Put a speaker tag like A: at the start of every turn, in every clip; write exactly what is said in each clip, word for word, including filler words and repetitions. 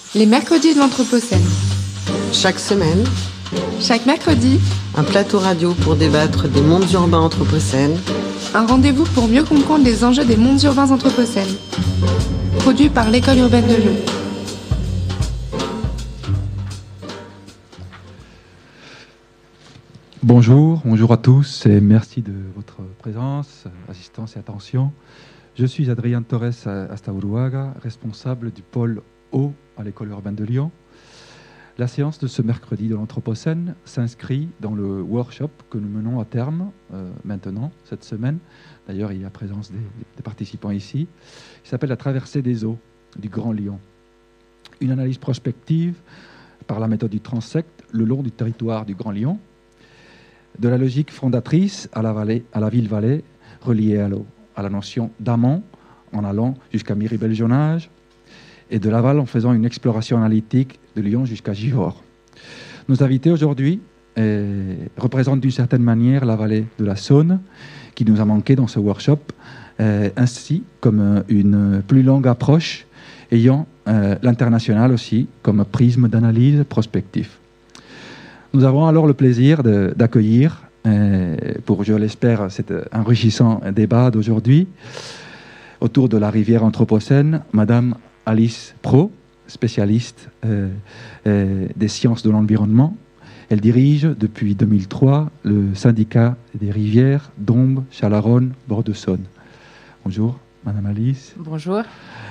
A: Les mercredis de l'Anthropocène.
B: Chaque semaine,
A: Chaque mercredi,
B: un plateau radio pour débattre des mondes urbains anthropocènes.
A: un rendez-vous pour mieux comprendre les enjeux des mondes urbains anthropocènes. Produit par l'École urbaine de Lyon.
C: Bonjour, bonjour à tous et merci de votre présence, assistance et attention. Je suis Adrien Torres Astauruaga, responsable du pôle Eau à l'École urbaine de Lyon. La séance de ce mercredi de l'Anthropocène s'inscrit dans le workshop que nous menons à terme euh, maintenant, cette semaine. D'ailleurs, il y a présence des, des participants ici. Il s'appelle « La traversée des eaux du Grand Lyon ». Une analyse prospective par la méthode du transect le long du territoire du Grand Lyon, de la logique fondatrice à la, vallée, à la ville-vallée reliée à l'eau, à la notion d'amont en allant jusqu'à Miribel-Jonage et de l'aval en faisant une exploration analytique de Lyon jusqu'à Givors. Nos invités aujourd'hui eh, représentent d'une certaine manière la vallée de la Saône qui nous a manqué dans ce workshop, eh, ainsi comme une plus longue approche ayant eh, l'international aussi comme prisme d'analyse prospectif. Nous avons alors le plaisir de, d'accueillir, euh, pour, je l'espère, cet enrichissant débat d'aujourd'hui, autour de la rivière Anthropocène, Madame Alice Pro, spécialiste euh, euh, des sciences de l'environnement. Elle dirige depuis deux mille trois le syndicat des rivières Dombes, Chalaronne, Bord-de-Saône. Bonjour, Madame Alice.
D: Bonjour.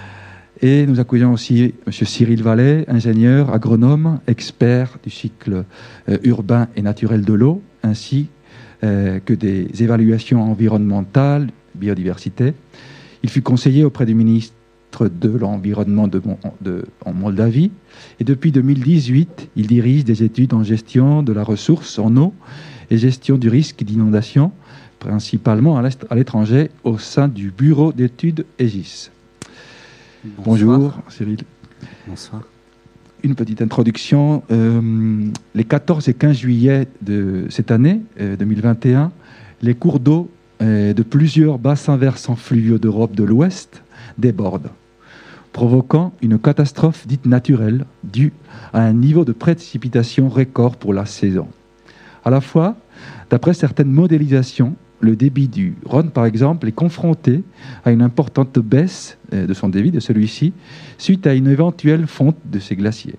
C: Et nous accueillons aussi M. Cyril Vallet, ingénieur, agronome, expert du cycle euh, urbain et naturel de l'eau, ainsi euh, que des évaluations environnementales, biodiversité. Il fut conseiller auprès du ministre de l'Environnement de, de, en Moldavie. Et depuis deux mille dix-huit, il dirige des études en gestion de la ressource en eau et gestion du risque d'inondation, principalement à l'étranger, au sein du bureau d'études EGIS.
E: Bonsoir.
C: Bonjour Cyril.
E: Bonsoir.
C: Une petite introduction. Euh, les quatorze et quinze juillet de cette année, euh, deux mille vingt et un, les cours d'eau euh, de plusieurs bassins versants fluviaux d'Europe de l'Ouest débordent, provoquant une catastrophe dite naturelle due à un niveau de précipitation record pour la saison. À la fois, d'après certaines modélisations, le débit du Rhône, par exemple, est confronté à une importante baisse de son débit, de celui-ci, suite à une éventuelle fonte de ces glaciers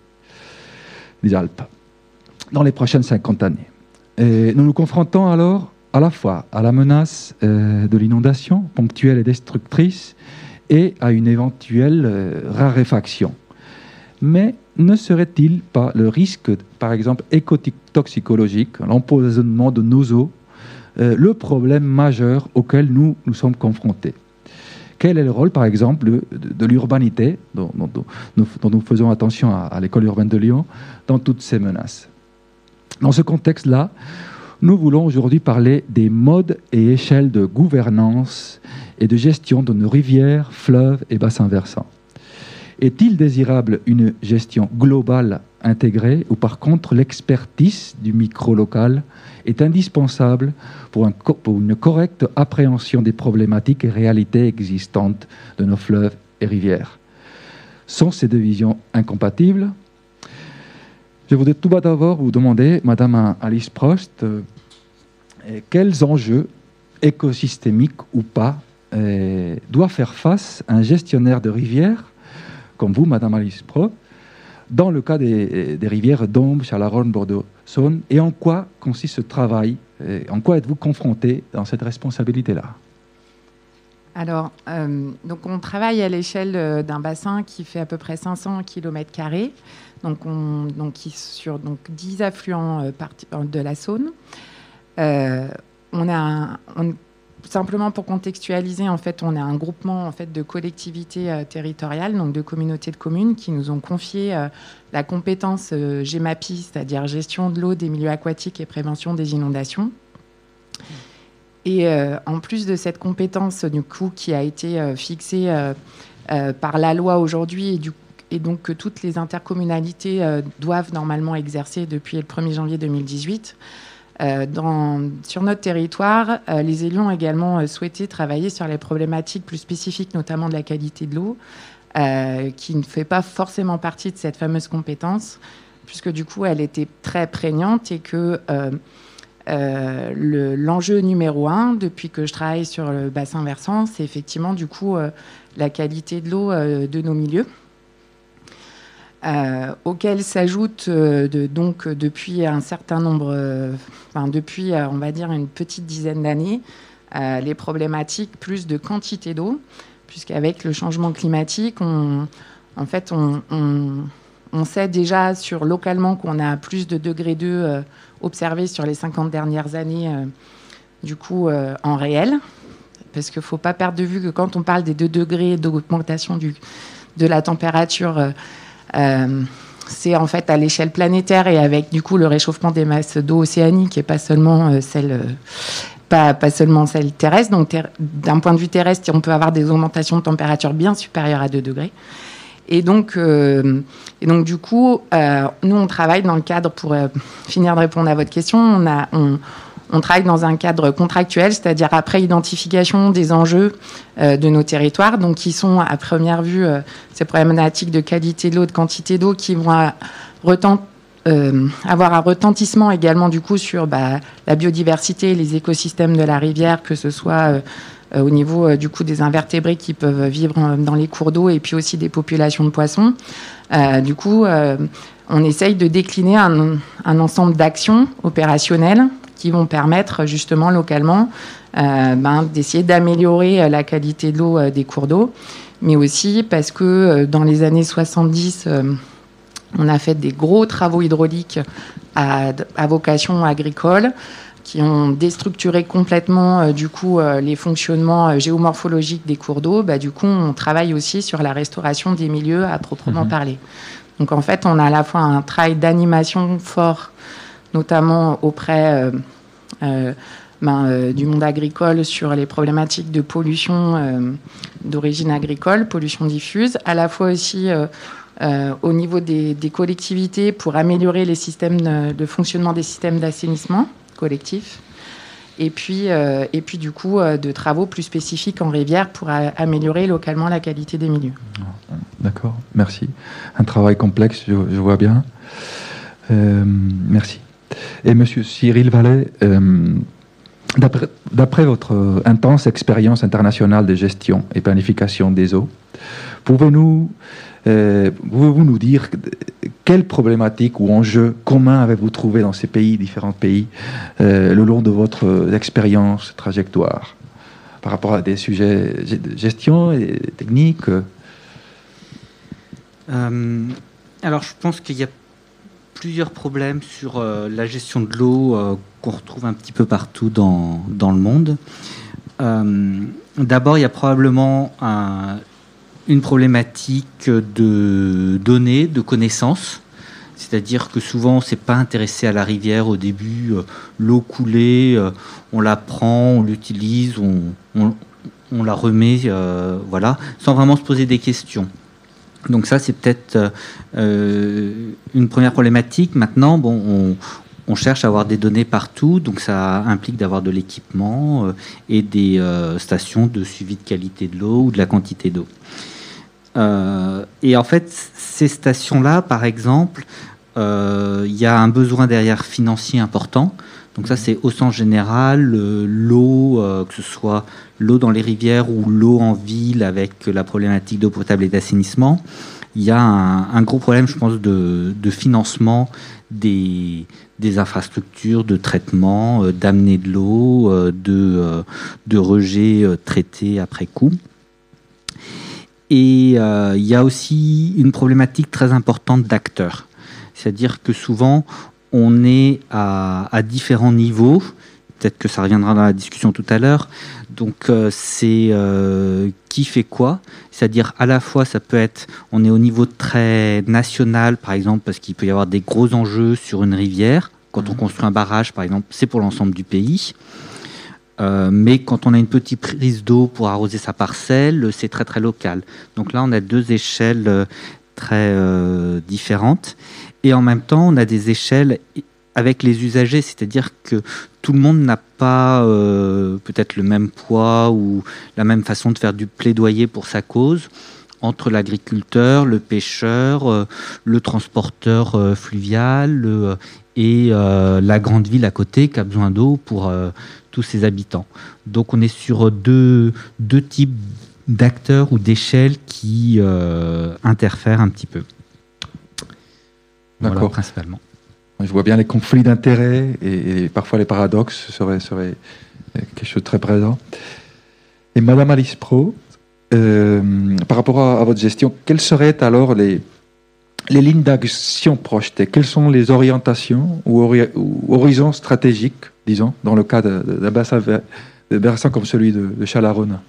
C: des Alpes dans les prochaines cinquante années. Et nous nous confrontons alors à la fois à la menace euh, de l'inondation ponctuelle et destructrice et à une éventuelle euh, raréfaction. Mais ne serait-il pas le risque, par exemple, écotoxicologique, l'empoisonnement de nos eaux, Euh, le problème majeur auquel nous nous sommes confrontés? Quel est le rôle, par exemple, de, de, de l'urbanité, dont, dont, dont, nous, dont nous faisons attention à, à l'École urbaine de Lyon, dans toutes ces menaces? Dans ce contexte-là, nous voulons aujourd'hui parler des modes et échelles de gouvernance et de gestion de nos rivières, fleuves et bassins versants. Est-il désirable une gestion globale intégrée ou par contre l'expertise du micro-local est indispensable pour, un, pour une correcte appréhension des problématiques et réalités existantes de nos fleuves et rivières? Sont ces deux visions incompatibles? Je voudrais tout d'abord vous demander, Madame Alice Prost, euh, quels enjeux écosystémiques ou pas euh, doit faire face un gestionnaire de rivière comme vous, Madame Alice Pro, dans le cas des, des rivières Dombes, Chalaronne, Bord-de-Saône, et en quoi consiste ce travail? En quoi êtes-vous confronté dans cette responsabilité-là?
D: Alors, euh, donc on travaille à l'échelle d'un bassin qui fait à peu près cinq cents kilomètres carrés, donc, on, donc qui, sur donc, dix affluents euh, part, de la Saône. Euh, on a un, on, Simplement pour contextualiser, en fait, on a un groupement en fait, de collectivités euh, territoriales, donc de communautés de communes, qui nous ont confié euh, la compétence euh, GEMAPI, c'est-à-dire gestion de l'eau, des milieux aquatiques et prévention des inondations. Et euh, en plus de cette compétence, du coup, qui a été euh, fixée euh, euh, par la loi aujourd'hui et, du, et donc que toutes les intercommunalités euh, doivent normalement exercer depuis le premier janvier deux mille dix-huit, Euh, dans, sur notre territoire, euh, les élus ont également euh, souhaité travailler sur les problématiques plus spécifiques, notamment de la qualité de l'eau, euh, qui ne fait pas forcément partie de cette fameuse compétence, puisque du coup, elle était très prégnante et que euh, euh, le, l'enjeu numéro un, depuis que je travaille sur le bassin versant, c'est effectivement du coup euh, la qualité de l'eau euh, de nos milieux. Euh, auquel s'ajoute euh, de, donc depuis un certain nombre, euh, enfin depuis euh, on va dire une petite dizaine d'années, euh, les problématiques plus de quantité d'eau, puisqu'avec le changement climatique, on, en fait on, on, on sait déjà sur localement qu'on a plus de degrés d'eau euh, observés sur les cinquante dernières années, euh, du coup euh, en réel, parce qu'il ne faut pas perdre de vue que quand on parle des deux degrés d'augmentation du, de la température, euh, Euh, c'est en fait à l'échelle planétaire et avec du coup le réchauffement des masses d'eau océanique et pas seulement euh, celle euh, pas, pas seulement celle terrestre. Donc ter- d'un point de vue terrestre, on peut avoir des augmentations de température bien supérieures à deux degrés. Et donc, euh, et donc du coup, euh, nous on travaille dans le cadre, pour euh, finir de répondre à votre question, on a on, On travaille dans un cadre contractuel, c'est-à-dire après identification des enjeux euh, de nos territoires, donc qui sont à première vue euh, ces problématiques de qualité de l'eau, de quantité d'eau, qui vont à, retent, euh, avoir un retentissement également du coup sur bah, la biodiversité, les écosystèmes de la rivière, que ce soit euh, euh, au niveau euh, du coup des invertébrés qui peuvent vivre euh, dans les cours d'eau, et puis aussi des populations de poissons. Euh, du coup, euh, on essaye de décliner un, un ensemble d'actions opérationnelles qui vont permettre justement localement euh, ben, d'essayer d'améliorer la qualité de l'eau euh, des cours d'eau, mais aussi parce que euh, dans les années soixante-dix, euh, on a fait des gros travaux hydrauliques à, à vocation agricole qui ont déstructuré complètement euh, du coup euh, les fonctionnements euh, géomorphologiques des cours d'eau. Bah, du coup, on travaille aussi sur la restauration des milieux à proprement mmh. parler. Donc en fait, on a à la fois un travail d'animation fort, notamment auprès euh, euh, ben, euh, du monde agricole sur les problématiques de pollution euh, d'origine agricole, pollution diffuse, à la fois aussi euh, euh, au niveau des, des collectivités pour améliorer les systèmes de, de fonctionnement des systèmes d'assainissement collectif, et puis, euh, et puis du coup euh, de travaux plus spécifiques en rivière pour a- améliorer localement la qualité des milieux.
C: D'accord, merci. Un travail complexe, je, je vois bien. Euh, merci. Et Monsieur Cyril Vallet, euh, d'après, d'après votre intense expérience internationale de gestion et planification des eaux, pouvez-nous, euh, pouvez-vous nous dire quelles problématiques ou enjeux communs avez-vous trouvé dans ces pays, différents pays, euh, le long de votre expérience, trajectoire, par rapport à des sujets de gestion et techniques?
E: euh, Alors, je pense qu'il y a plusieurs problèmes sur euh, la gestion de l'eau euh, qu'on retrouve un petit peu partout dans, dans le monde. Euh, d'abord, il y a probablement un, une problématique de données, de connaissances. C'est-à-dire que souvent, on ne s'est pas intéressé à la rivière au début. Euh, l'eau coulée, euh, on la prend, on l'utilise, on, on, on la remet, euh, voilà, sans vraiment se poser des questions. Donc ça, c'est peut-être euh, une première problématique. Maintenant, bon, on, on cherche à avoir des données partout, donc ça implique d'avoir de l'équipement euh, et des euh, stations de suivi de qualité de l'eau ou de la quantité d'eau. Euh, et en fait, ces stations-là, par exemple, euh, il y a un besoin derrière financier important. Donc ça, c'est au sens général, euh, l'eau, euh, que ce soit l'eau dans les rivières ou l'eau en ville avec la problématique d'eau potable et d'assainissement. Il y a un, un gros problème, je pense, de, de financement des, des infrastructures de traitement, euh, d'amener de l'eau, euh, de, euh, de rejets euh, traités après coup. Et euh, il y a aussi une problématique très importante d'acteurs. C'est-à-dire que souvent, on est à, à différents niveaux. Peut-être que ça reviendra dans la discussion tout à l'heure. Donc, euh, c'est euh, qui fait quoi. C'est-à-dire, à la fois, ça peut être, on est au niveau très national, par exemple, parce qu'il peut y avoir des gros enjeux sur une rivière. Quand on construit un barrage, par exemple, c'est pour l'ensemble du pays. Euh, mais quand on a une petite prise d'eau pour arroser sa parcelle, c'est très, très local. Donc là, on a deux échelles euh, très euh, différentes. Et en même temps, on a des échelles avec les usagers, c'est-à-dire que tout le monde n'a pas euh, peut-être le même poids ou la même façon de faire du plaidoyer pour sa cause. entre l'agriculteur, le pêcheur, euh, le transporteur euh, fluvial le, et euh, la grande ville à côté qui a besoin d'eau pour euh, tous ses habitants. Donc on est sur deux, deux types d'acteurs ou d'échelles qui euh, interfèrent un petit peu.
C: D'accord.
E: Voilà, principalement.
C: Je vois bien les conflits d'intérêts et, et parfois les paradoxes seraient, seraient quelque chose de très présent. Et Madame Alice Pro, euh, par rapport à, à votre gestion, quelles seraient alors les, les lignes d'action projetées? Quelles sont les orientations ou, ori- ou horizons stratégiques, disons, dans le cas de, de, d'un bassin, de bassin comme celui de, de Chalaronne?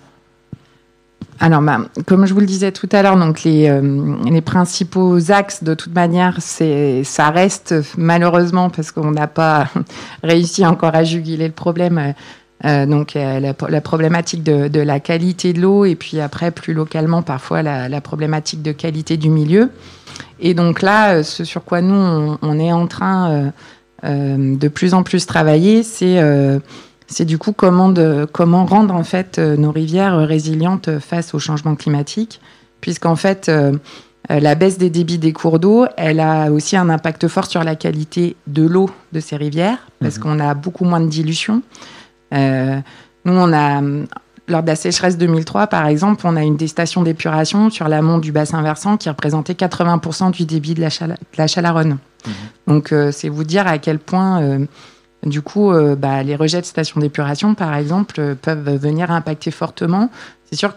D: Alors, bah, comme je vous le disais tout à l'heure, donc les, euh, les principaux axes, de toute manière, c'est, ça reste malheureusement, parce qu'on n'a pas réussi encore à juguler le problème, euh, donc euh, la, la problématique de, de la qualité de l'eau, et puis après, plus localement, parfois la, la problématique de qualité du milieu. Et donc là, ce sur quoi nous, on, on est en train euh, euh, de plus en plus travailler, c'est... Euh, C'est du coup comment, de, comment rendre en fait euh, nos rivières résilientes face au changement climatique, puisqu'en fait euh, euh, la baisse des débits des cours d'eau, elle a aussi un impact fort sur la qualité de l'eau de ces rivières, parce mmh. qu'on a beaucoup moins de dilution. Euh, nous, on a lors de la sécheresse deux mille trois, par exemple, on a une des stations d'épuration sur l'amont du bassin versant qui représentait quatre-vingts pour cent du débit de la, Chala- de la Chalaronne. Mmh. Donc, euh, c'est vous dire à quel point euh, Du coup, euh, bah, les rejets de stations d'épuration, par exemple, euh, peuvent venir impacter fortement. C'est sûr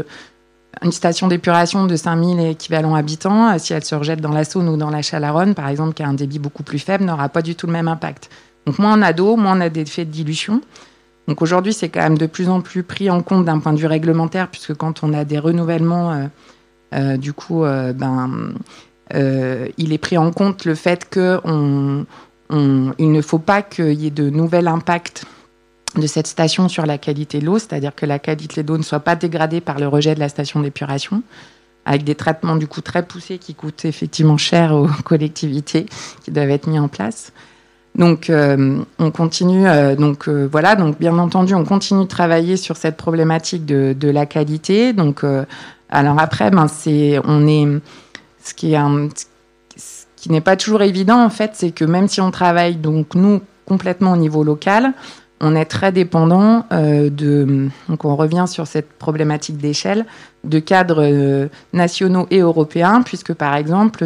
D: qu'une station d'épuration de cinq mille équivalents habitants, euh, si elle se rejette dans la Saône ou dans la Chalaronne, par exemple, qui a un débit beaucoup plus faible, n'aura pas du tout le même impact. Donc, moins on a d'eau, moins on a des effets de dilution. Donc, aujourd'hui, c'est quand même de plus en plus pris en compte d'un point de vue réglementaire, puisque quand on a des renouvellements, euh, euh, du coup, euh, ben, euh, il est pris en compte le fait qu'on... On, il ne faut pas qu'il y ait de nouvel impact de cette station sur la qualité de l'eau, c'est-à-dire que la qualité de l'eau ne soit pas dégradée par le rejet de la station d'épuration, avec des traitements du coup très poussés qui coûtent effectivement cher aux collectivités, qui doivent être mis en place. Donc, euh, on continue. Euh, donc euh, voilà. Donc, bien entendu, on continue de travailler sur cette problématique de, de la qualité. Donc, euh, alors après, ben c'est, on est, ce qui est un Ce qui n'est pas toujours évident, en fait, c'est que même si on travaille, donc nous, complètement au niveau local, on est très dépendant euh, de... Donc, on revient sur cette problématique d'échelle, de cadres euh, nationaux et européens, puisque, par exemple,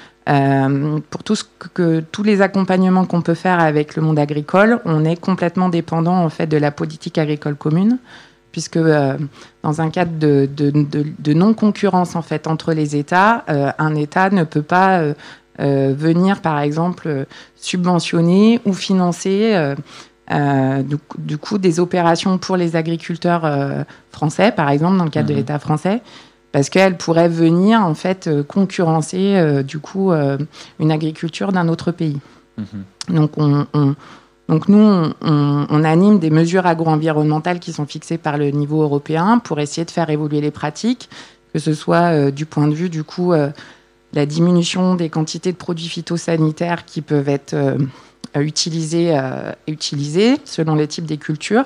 D: euh, pour tout ce que, que, tous les accompagnements qu'on peut faire avec le monde agricole, on est complètement dépendant, en fait, de la politique agricole commune, puisque euh, dans un cadre de, de, de, de non-concurrence, en fait, entre les États, euh, un État ne peut pas... Euh, Euh, venir, par exemple, euh, subventionner ou financer euh, euh, du, du coup des opérations pour les agriculteurs euh, français, par exemple, dans le cadre mmh. de l'État français, parce qu'elles pourraient venir, en fait, euh, concurrencer, euh, du coup, euh, une agriculture d'un autre pays. Mmh. Donc, on, on, donc, nous, on, on, on anime des mesures agro-environnementales qui sont fixées par le niveau européen pour essayer de faire évoluer les pratiques, que ce soit euh, du point de vue, du coup... Euh, la diminution des quantités de produits phytosanitaires qui peuvent être euh, utilisés, euh, utilisés selon les types des cultures,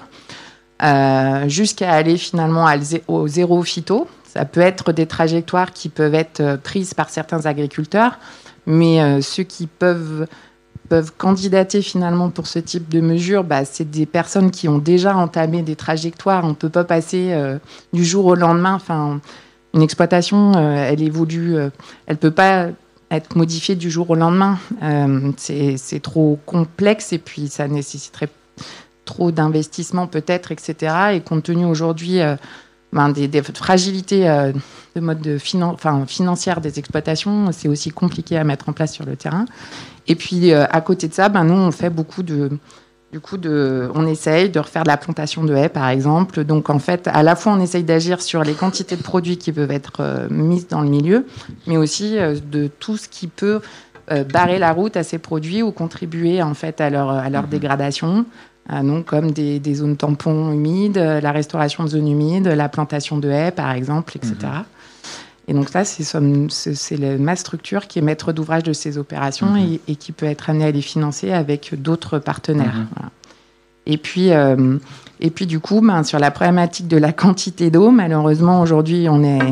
D: euh, jusqu'à aller finalement à zé- au zéro phyto. Ça peut être des trajectoires qui peuvent être euh, prises par certains agriculteurs, mais euh, ceux qui peuvent, peuvent candidater finalement pour ce type de mesures, bah, c'est des personnes qui ont déjà entamé des trajectoires. On ne peut pas passer euh, du jour au lendemain. Enfin, Une exploitation, euh, elle évolue, euh, elle peut pas être modifiée du jour au lendemain. Euh, c'est, c'est trop complexe et puis ça nécessiterait trop d'investissement peut-être, et cetera. Et compte tenu aujourd'hui euh, ben, des, des fragilités euh, de mode de finan- enfin, financière des exploitations, c'est aussi compliqué à mettre en place sur le terrain. Et puis euh, à côté de ça, ben, nous on fait beaucoup de Du coup, de, on essaye de refaire de la plantation de haies, par exemple. Donc, en fait, à la fois, on essaye d'agir sur les quantités de produits qui peuvent être euh, mises dans le milieu, mais aussi euh, de tout ce qui peut euh, barrer la route à ces produits ou contribuer, en fait, à leur, à leur mmh. dégradation. Euh, donc, comme des, des zones tampons humides, la restauration de zones humides, la plantation de haies, par exemple, et cetera. Mmh. Et donc là, c'est, c'est, c'est le, ma structure qui est maître d'ouvrage de ces opérations mmh. et, et qui peut être amenée à les financer avec d'autres partenaires. Mmh. Voilà. Et puis, euh, et puis du coup, ben, sur la problématique de la quantité d'eau, malheureusement, aujourd'hui, on est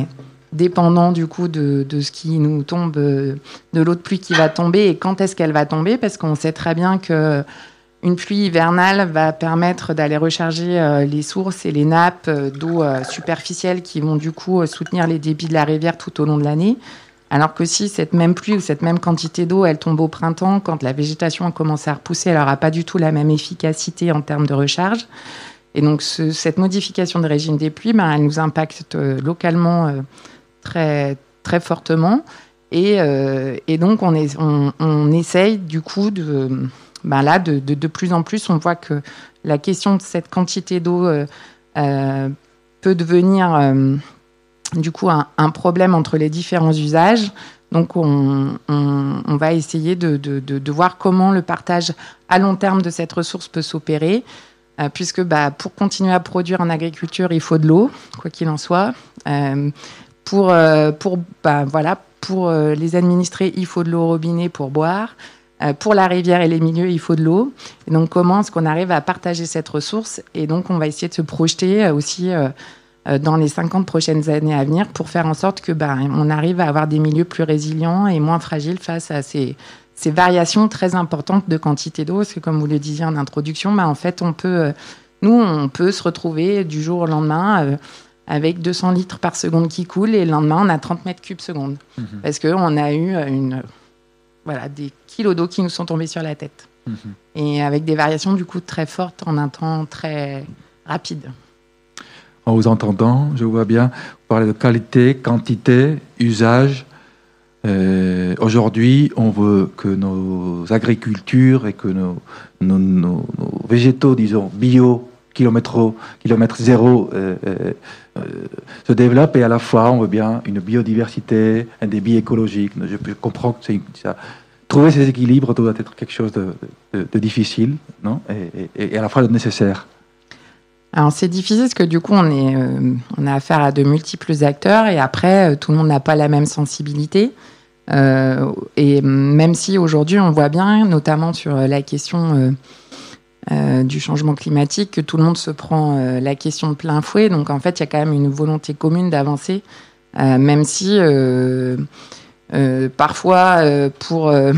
D: dépendant du coup de, de ce qui nous tombe, de l'eau de pluie qui va tomber et quand est-ce qu'elle va tomber, parce qu'on sait très bien que une pluie hivernale va permettre d'aller recharger euh, les sources et les nappes euh, d'eau euh, superficielle qui vont du coup euh, soutenir les débits de la rivière tout au long de l'année. Alors que si cette même pluie ou cette même quantité d'eau, elle tombe au printemps, quand la végétation a commencé à repousser, elle n'aura pas du tout la même efficacité en termes de recharge. Et donc ce, cette modification de régime des pluies, ben, elle nous impacte euh, localement euh, très, très fortement. Et, euh, et donc on, est, on, on essaye du coup de... Ben là, de, de, de plus en plus, on voit que la question de cette quantité d'eau euh, euh, peut devenir euh, du coup un, un problème entre les différents usages. Donc, on, on, on va essayer de, de, de, de voir comment le partage à long terme de cette ressource peut s'opérer, euh, puisque bah, pour continuer à produire en agriculture, il faut de l'eau, quoi qu'il en soit. Euh, pour euh, pour, bah, voilà, pour euh, les administrés, il faut de l'eau au robinet pour boire. Pour la rivière et les milieux, il faut de l'eau. Et donc, comment est-ce qu'on arrive à partager cette ressource ? Et donc, on va essayer de se projeter aussi euh, dans les cinquante prochaines années à venir pour faire en sorte que bah, on arrive à avoir des milieux plus résilients et moins fragiles face à ces, ces variations très importantes de quantité d'eau. Parce que, comme vous le disiez en introduction, bah, en fait, on peut, euh, nous, on peut se retrouver du jour au lendemain euh, avec deux cents litres par seconde qui coulent et le lendemain, on a trente mètres cubes seconde. Mmh. Parce qu'on a eu une... Voilà, des kilos d'eau qui nous sont tombés sur la tête. Mmh. Et avec des variations, du coup, très fortes en un temps très rapide.
C: En vous entendant, je vois bien, vous parlez de qualité, quantité, usage. Euh, aujourd'hui, on veut que nos agricultures et que nos, nos, nos, nos végétaux, disons, bio, kilomètre, kilomètre zéro, euh, euh, euh, se développent, et à la fois, on veut bien une biodiversité, un débit écologique. Je, je comprends que c'est ça. Trouver ces équilibres doit être quelque chose de, de, de difficile, non, et, et, et à la fois de nécessaire.
D: Alors c'est difficile parce que du coup on est euh, on a affaire à de multiples acteurs et après euh, tout le monde n'a pas la même sensibilité euh, et même si aujourd'hui on voit bien, notamment sur la question euh, euh, du changement climatique, que tout le monde se prend euh, la question de plein fouet. Donc en fait il y a quand même une volonté commune d'avancer, euh, même si euh, euh, parfois euh, pour euh,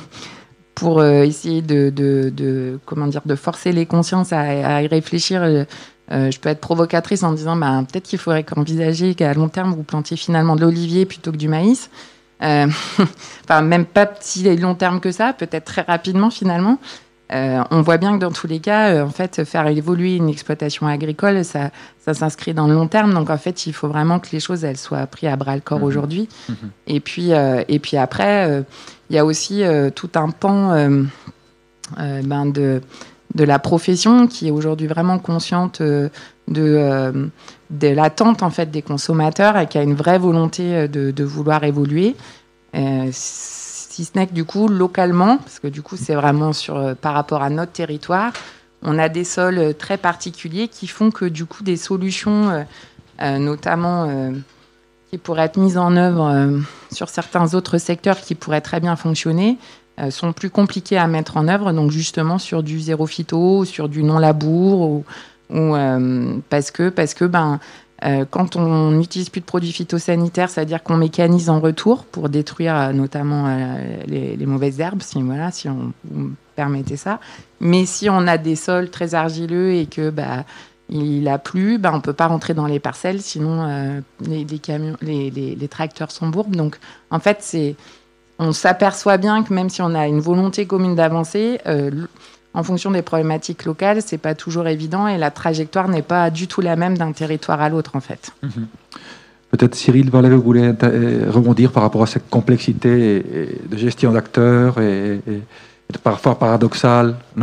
D: pour euh, essayer de, de, de, comment dire, de forcer les consciences à, à y réfléchir. Euh, je peux être provocatrice en disant bah, peut-être qu'il faudrait envisager qu'à long terme, vous plantiez finalement de l'olivier plutôt que du maïs. Euh, enfin, même pas si long terme que ça, peut-être très rapidement finalement. Euh, on voit bien que dans tous les cas, euh, en fait, faire évoluer une exploitation agricole, ça, ça s'inscrit dans le long terme. Donc, en fait, il faut vraiment que les choses elles soient prises à bras le corps mmh. aujourd'hui. Mmh. Et puis, euh, et puis après, euh, il y a aussi euh, tout un pan euh, euh, ben de de la profession qui est aujourd'hui vraiment consciente euh, de euh, de l'attente en fait des consommateurs et qui a une vraie volonté de, de vouloir évoluer. Euh, si ce n'est que du coup, localement, parce que du coup, c'est vraiment sur, euh, par rapport à notre territoire, on a des sols très particuliers qui font que du coup, des solutions, euh, euh, notamment euh, qui pourraient être mises en œuvre euh, sur certains autres secteurs qui pourraient très bien fonctionner, euh, sont plus compliquées à mettre en œuvre, donc justement sur du zéro phyto, sur du non-labour, ou, ou, euh, parce que, parce que ben, Euh, quand on n'utilise plus de produits phytosanitaires, c'est-à-dire qu'on mécanise en retour pour détruire euh, notamment euh, les, les mauvaises herbes, si, voilà, si on, on permettait ça. Mais si on a des sols très argileux et que bah, il a plu, bah, on ne peut pas rentrer dans les parcelles, sinon euh, les, les, camions, les, les, les tracteurs sont bourbes. Donc en fait, c'est, on s'aperçoit bien que même si on a une volonté commune d'avancer, euh, en fonction des problématiques locales, c'est pas toujours évident et la trajectoire n'est pas du tout la même d'un territoire à l'autre, en fait. Mmh.
C: Peut-être Cyril Vallet voulait rebondir par rapport à cette complexité de gestion d'acteurs et, et, et parfois paradoxale, non ?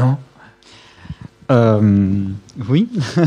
E: Euh, oui.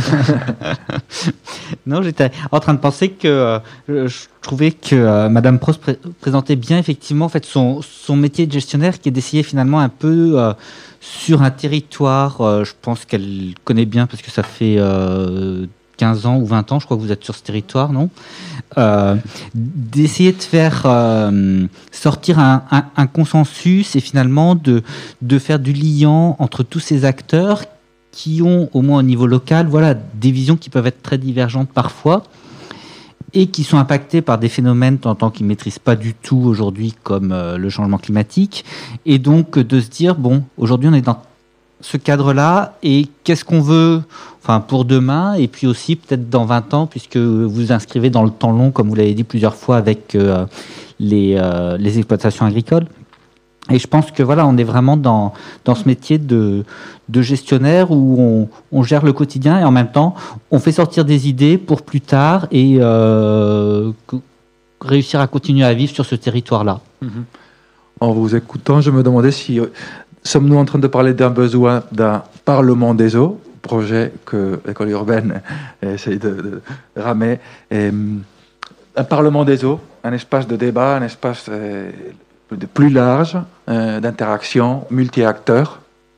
E: Non, j'étais en train de penser que euh, je trouvais que euh, Madame Prost pré- présentait bien effectivement en fait son son métier de gestionnaire, qui est d'essayer finalement un peu euh, sur un territoire. Euh, je pense qu'elle connaît bien parce que ça fait euh, quinze ans ou vingt ans, je crois que vous êtes sur ce territoire, non ? euh, D'essayer de faire euh, sortir un, un, un consensus et finalement de de faire du liant entre tous ces acteurs qui ont, au moins au niveau local, voilà, des visions qui peuvent être très divergentes parfois, et qui sont impactés par des phénomènes tant qu'ils ne maîtrisent pas du tout aujourd'hui, comme euh, le changement climatique. Et donc, de se dire, bon, aujourd'hui, on est dans ce cadre-là, et qu'est-ce qu'on veut enfin, pour demain, et puis aussi peut-être dans vingt ans, puisque vous vous inscrivez dans le temps long, comme vous l'avez dit plusieurs fois, avec euh, les, euh, les exploitations agricoles. Et je pense que voilà, on est vraiment dans, dans ce métier de, de gestionnaire où on, on gère le quotidien et en même temps, on fait sortir des idées pour plus tard et euh, réussir à continuer à vivre sur ce territoire-là.
C: Mmh. En vous écoutant, je me demandais si euh, sommes-nous en train de parler d'un besoin d'un Parlement des eaux, projet que l'école urbaine essaye de, de ramer, et, un Parlement des eaux, un espace de débat, un espace euh, de plus large, euh, d'interaction, multi-acteurs.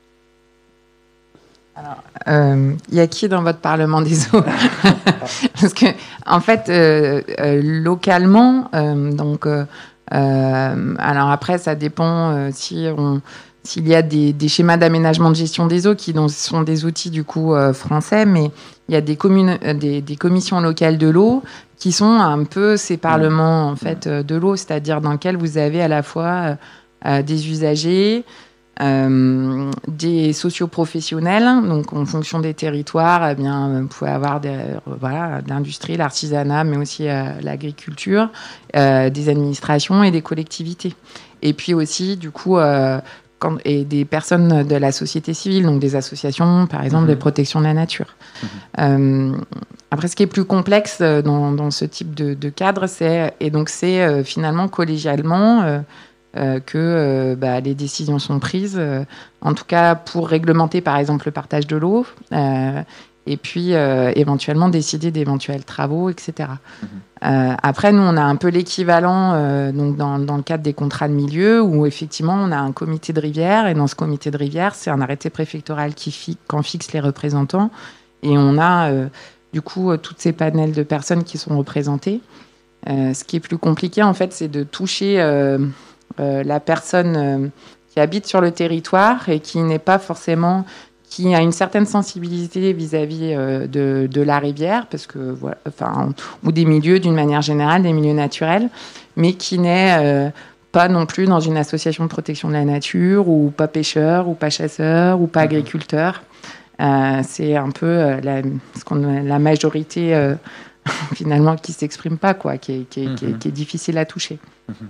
D: Alors, il euh, y a qui dans votre Parlement des eaux? Parce que, en fait, euh, euh, localement, euh, donc, euh, euh, alors après, ça dépend euh, si on, s'il y a des, des schémas d'aménagement de gestion des eaux qui donc, sont des outils du coup euh, français, mais il y a des, communes, euh, des, des commissions locales de l'eau qui sont un peu ces parlements en fait euh, de l'eau, c'est-à-dire dans lesquels vous avez à la fois euh, des usagers, Euh, des socioprofessionnels, donc en fonction des territoires, eh bien, vous pouvez avoir des, euh, voilà, de l'industrie, l'artisanat, mais aussi euh, l'agriculture, euh, des administrations et des collectivités. Et puis aussi, du coup, euh, quand, et des personnes de la société civile, donc des associations, par exemple, mmh. de protection de la nature. Mmh. Euh, après, ce qui est plus complexe dans, dans ce type de, de cadre, c'est, et donc c'est euh, finalement collégialement euh, Euh, que euh, bah, les décisions sont prises, euh, en tout cas pour réglementer par exemple le partage de l'eau, euh, et puis euh, éventuellement décider d'éventuels travaux, et cetera. Mmh. Euh, après, nous, on a un peu l'équivalent euh, donc dans, dans le cadre des contrats de milieu, où effectivement, on a un comité de rivière, et dans ce comité de rivière, c'est un arrêté préfectoral qui fi- qu'en fixe les représentants, et on a euh, du coup euh, toutes ces panels de personnes qui sont représentées. Euh, ce qui est plus compliqué, en fait, c'est de toucher... Euh, Euh, la personne euh, qui habite sur le territoire et qui n'est pas forcément, qui a une certaine sensibilité vis-à-vis euh, de, de la rivière, parce que voilà, enfin, ou des milieux d'une manière générale, des milieux naturels, mais qui n'est euh, pas non plus dans une association de protection de la nature, ou pas pêcheur, ou pas chasseur, ou pas agriculteur. Euh, c'est un peu euh, la, ce qu'on, la majorité euh, finalement qui s'exprime pas, quoi, qui est, qui est, mm-hmm. qui est, qui est difficile à toucher. Mm-hmm.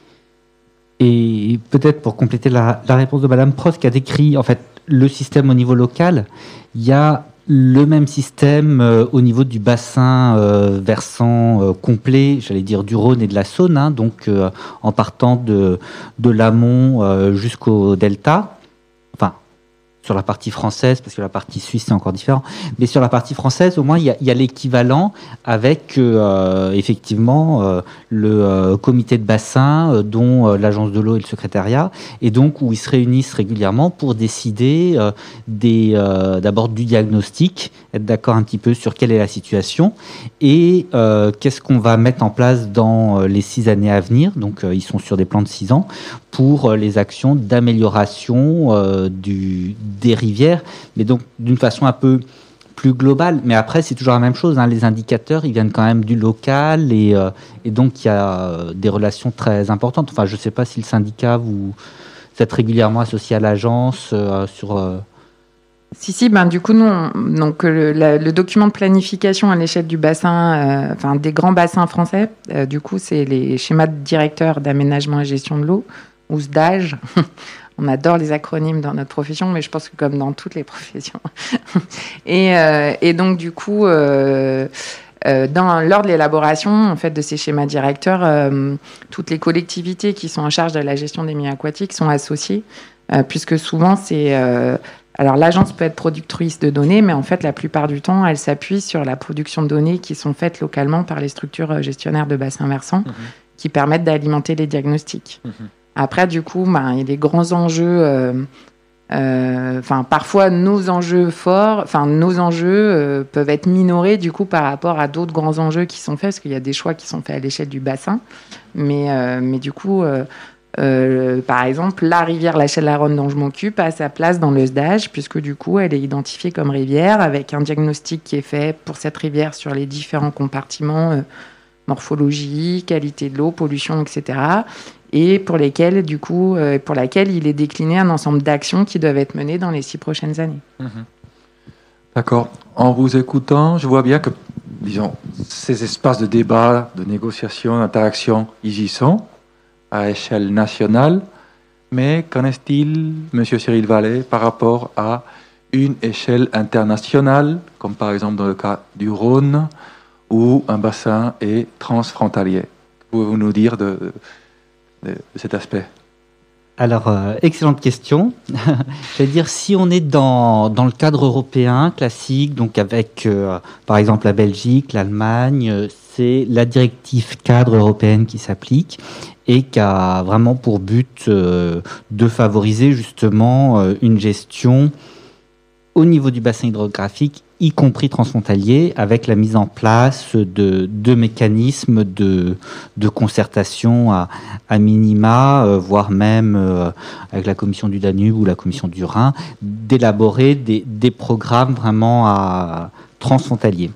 E: Et peut-être pour compléter la, la réponse de Madame Prost qui a décrit en fait le système au niveau local, il y a le même système euh, au niveau du bassin euh, versant euh, complet, j'allais dire du Rhône et de la Saône, hein, donc euh, en partant de, de l'amont euh, jusqu'au delta. Enfin, sur la partie française, parce que la partie suisse, c'est encore différent. Mais sur la partie française, au moins, il y a, il y a l'équivalent avec, euh, effectivement, euh, le euh, comité de bassin, euh, dont euh, l'agence de l'eau et le secrétariat, et donc où ils se réunissent régulièrement pour décider euh, des, euh, d'abord du diagnostic, être d'accord un petit peu sur quelle est la situation, et euh, qu'est-ce qu'on va mettre en place dans euh, les six années à venir. Donc, euh, ils sont sur des plans de six ans, pour euh, les actions d'amélioration euh, du des rivières, mais donc d'une façon un peu plus globale. Mais après, c'est toujours la même chose, hein. Les indicateurs, ils viennent quand même du local, et, euh, et donc il y a des relations très importantes. Enfin, je ne sais pas si le syndicat, vous, vous êtes régulièrement associé à l'agence euh, sur... Euh...
D: Si, si, ben, du coup, nous, on, donc, le, la, le document de planification à l'échelle du bassin, euh, enfin, des grands bassins français, euh, du coup, c'est les schémas de directeurs d'aménagement et gestion de l'eau, ou S D A G. On adore les acronymes dans notre profession, mais je pense que comme dans toutes les professions. et, euh, et donc, du coup, euh, euh, dans, lors de l'élaboration en fait, de ces schémas directeurs, euh, toutes les collectivités qui sont en charge de la gestion des milieux aquatiques sont associées, euh, puisque souvent, c'est... Euh, alors, l'agence peut être productrice de données, mais en fait, la plupart du temps, elle s'appuie sur la production de données qui sont faites localement par les structures gestionnaires de bassins versants, mmh. qui permettent d'alimenter les diagnostics. Mmh. Après, du coup, ben, il y a des grands enjeux. Euh, euh, enfin, parfois, nos enjeux forts, enfin, nos enjeux euh, peuvent être minorés du coup par rapport à d'autres grands enjeux qui sont faits, parce qu'il y a des choix qui sont faits à l'échelle du bassin. Mais, euh, mais du coup, euh, euh, par exemple, la rivière Lachelle-la-Ronde dont je m'occupe a sa place dans le S D A G, puisque du coup, elle est identifiée comme rivière avec un diagnostic qui est fait pour cette rivière sur les différents compartiments. Euh, morphologie, qualité de l'eau, pollution, et cetera. Et pour lesquelles, du coup, euh, pour laquelle il est décliné un ensemble d'actions qui doivent être menées dans les six prochaines années.
F: Mmh. D'accord. En vous écoutant, je vois bien que, disons, ces espaces de débat, de négociation, d'interaction, ils y sont, à échelle nationale. Mais qu'en est-il, Monsieur Cyril Vallée, par rapport à une échelle internationale, comme par exemple dans le cas du Rhône, où un bassin est transfrontalier? Pouvez-vous nous dire de, de, de cet aspect?
E: Alors, euh, excellente question. Je vais dire, si on est dans, dans le cadre européen classique, donc avec, euh, par exemple, la Belgique, l'Allemagne, euh, c'est la directive cadre européenne qui s'applique et qui a vraiment pour but euh, de favoriser justement euh, une gestion au niveau du bassin hydrographique, y compris transfrontalier, avec la mise en place de, de mécanismes de, de concertation à, à minima, euh, voire même euh, avec la commission du Danube ou la commission du Rhin, d'élaborer des, des programmes vraiment à, transfrontaliers.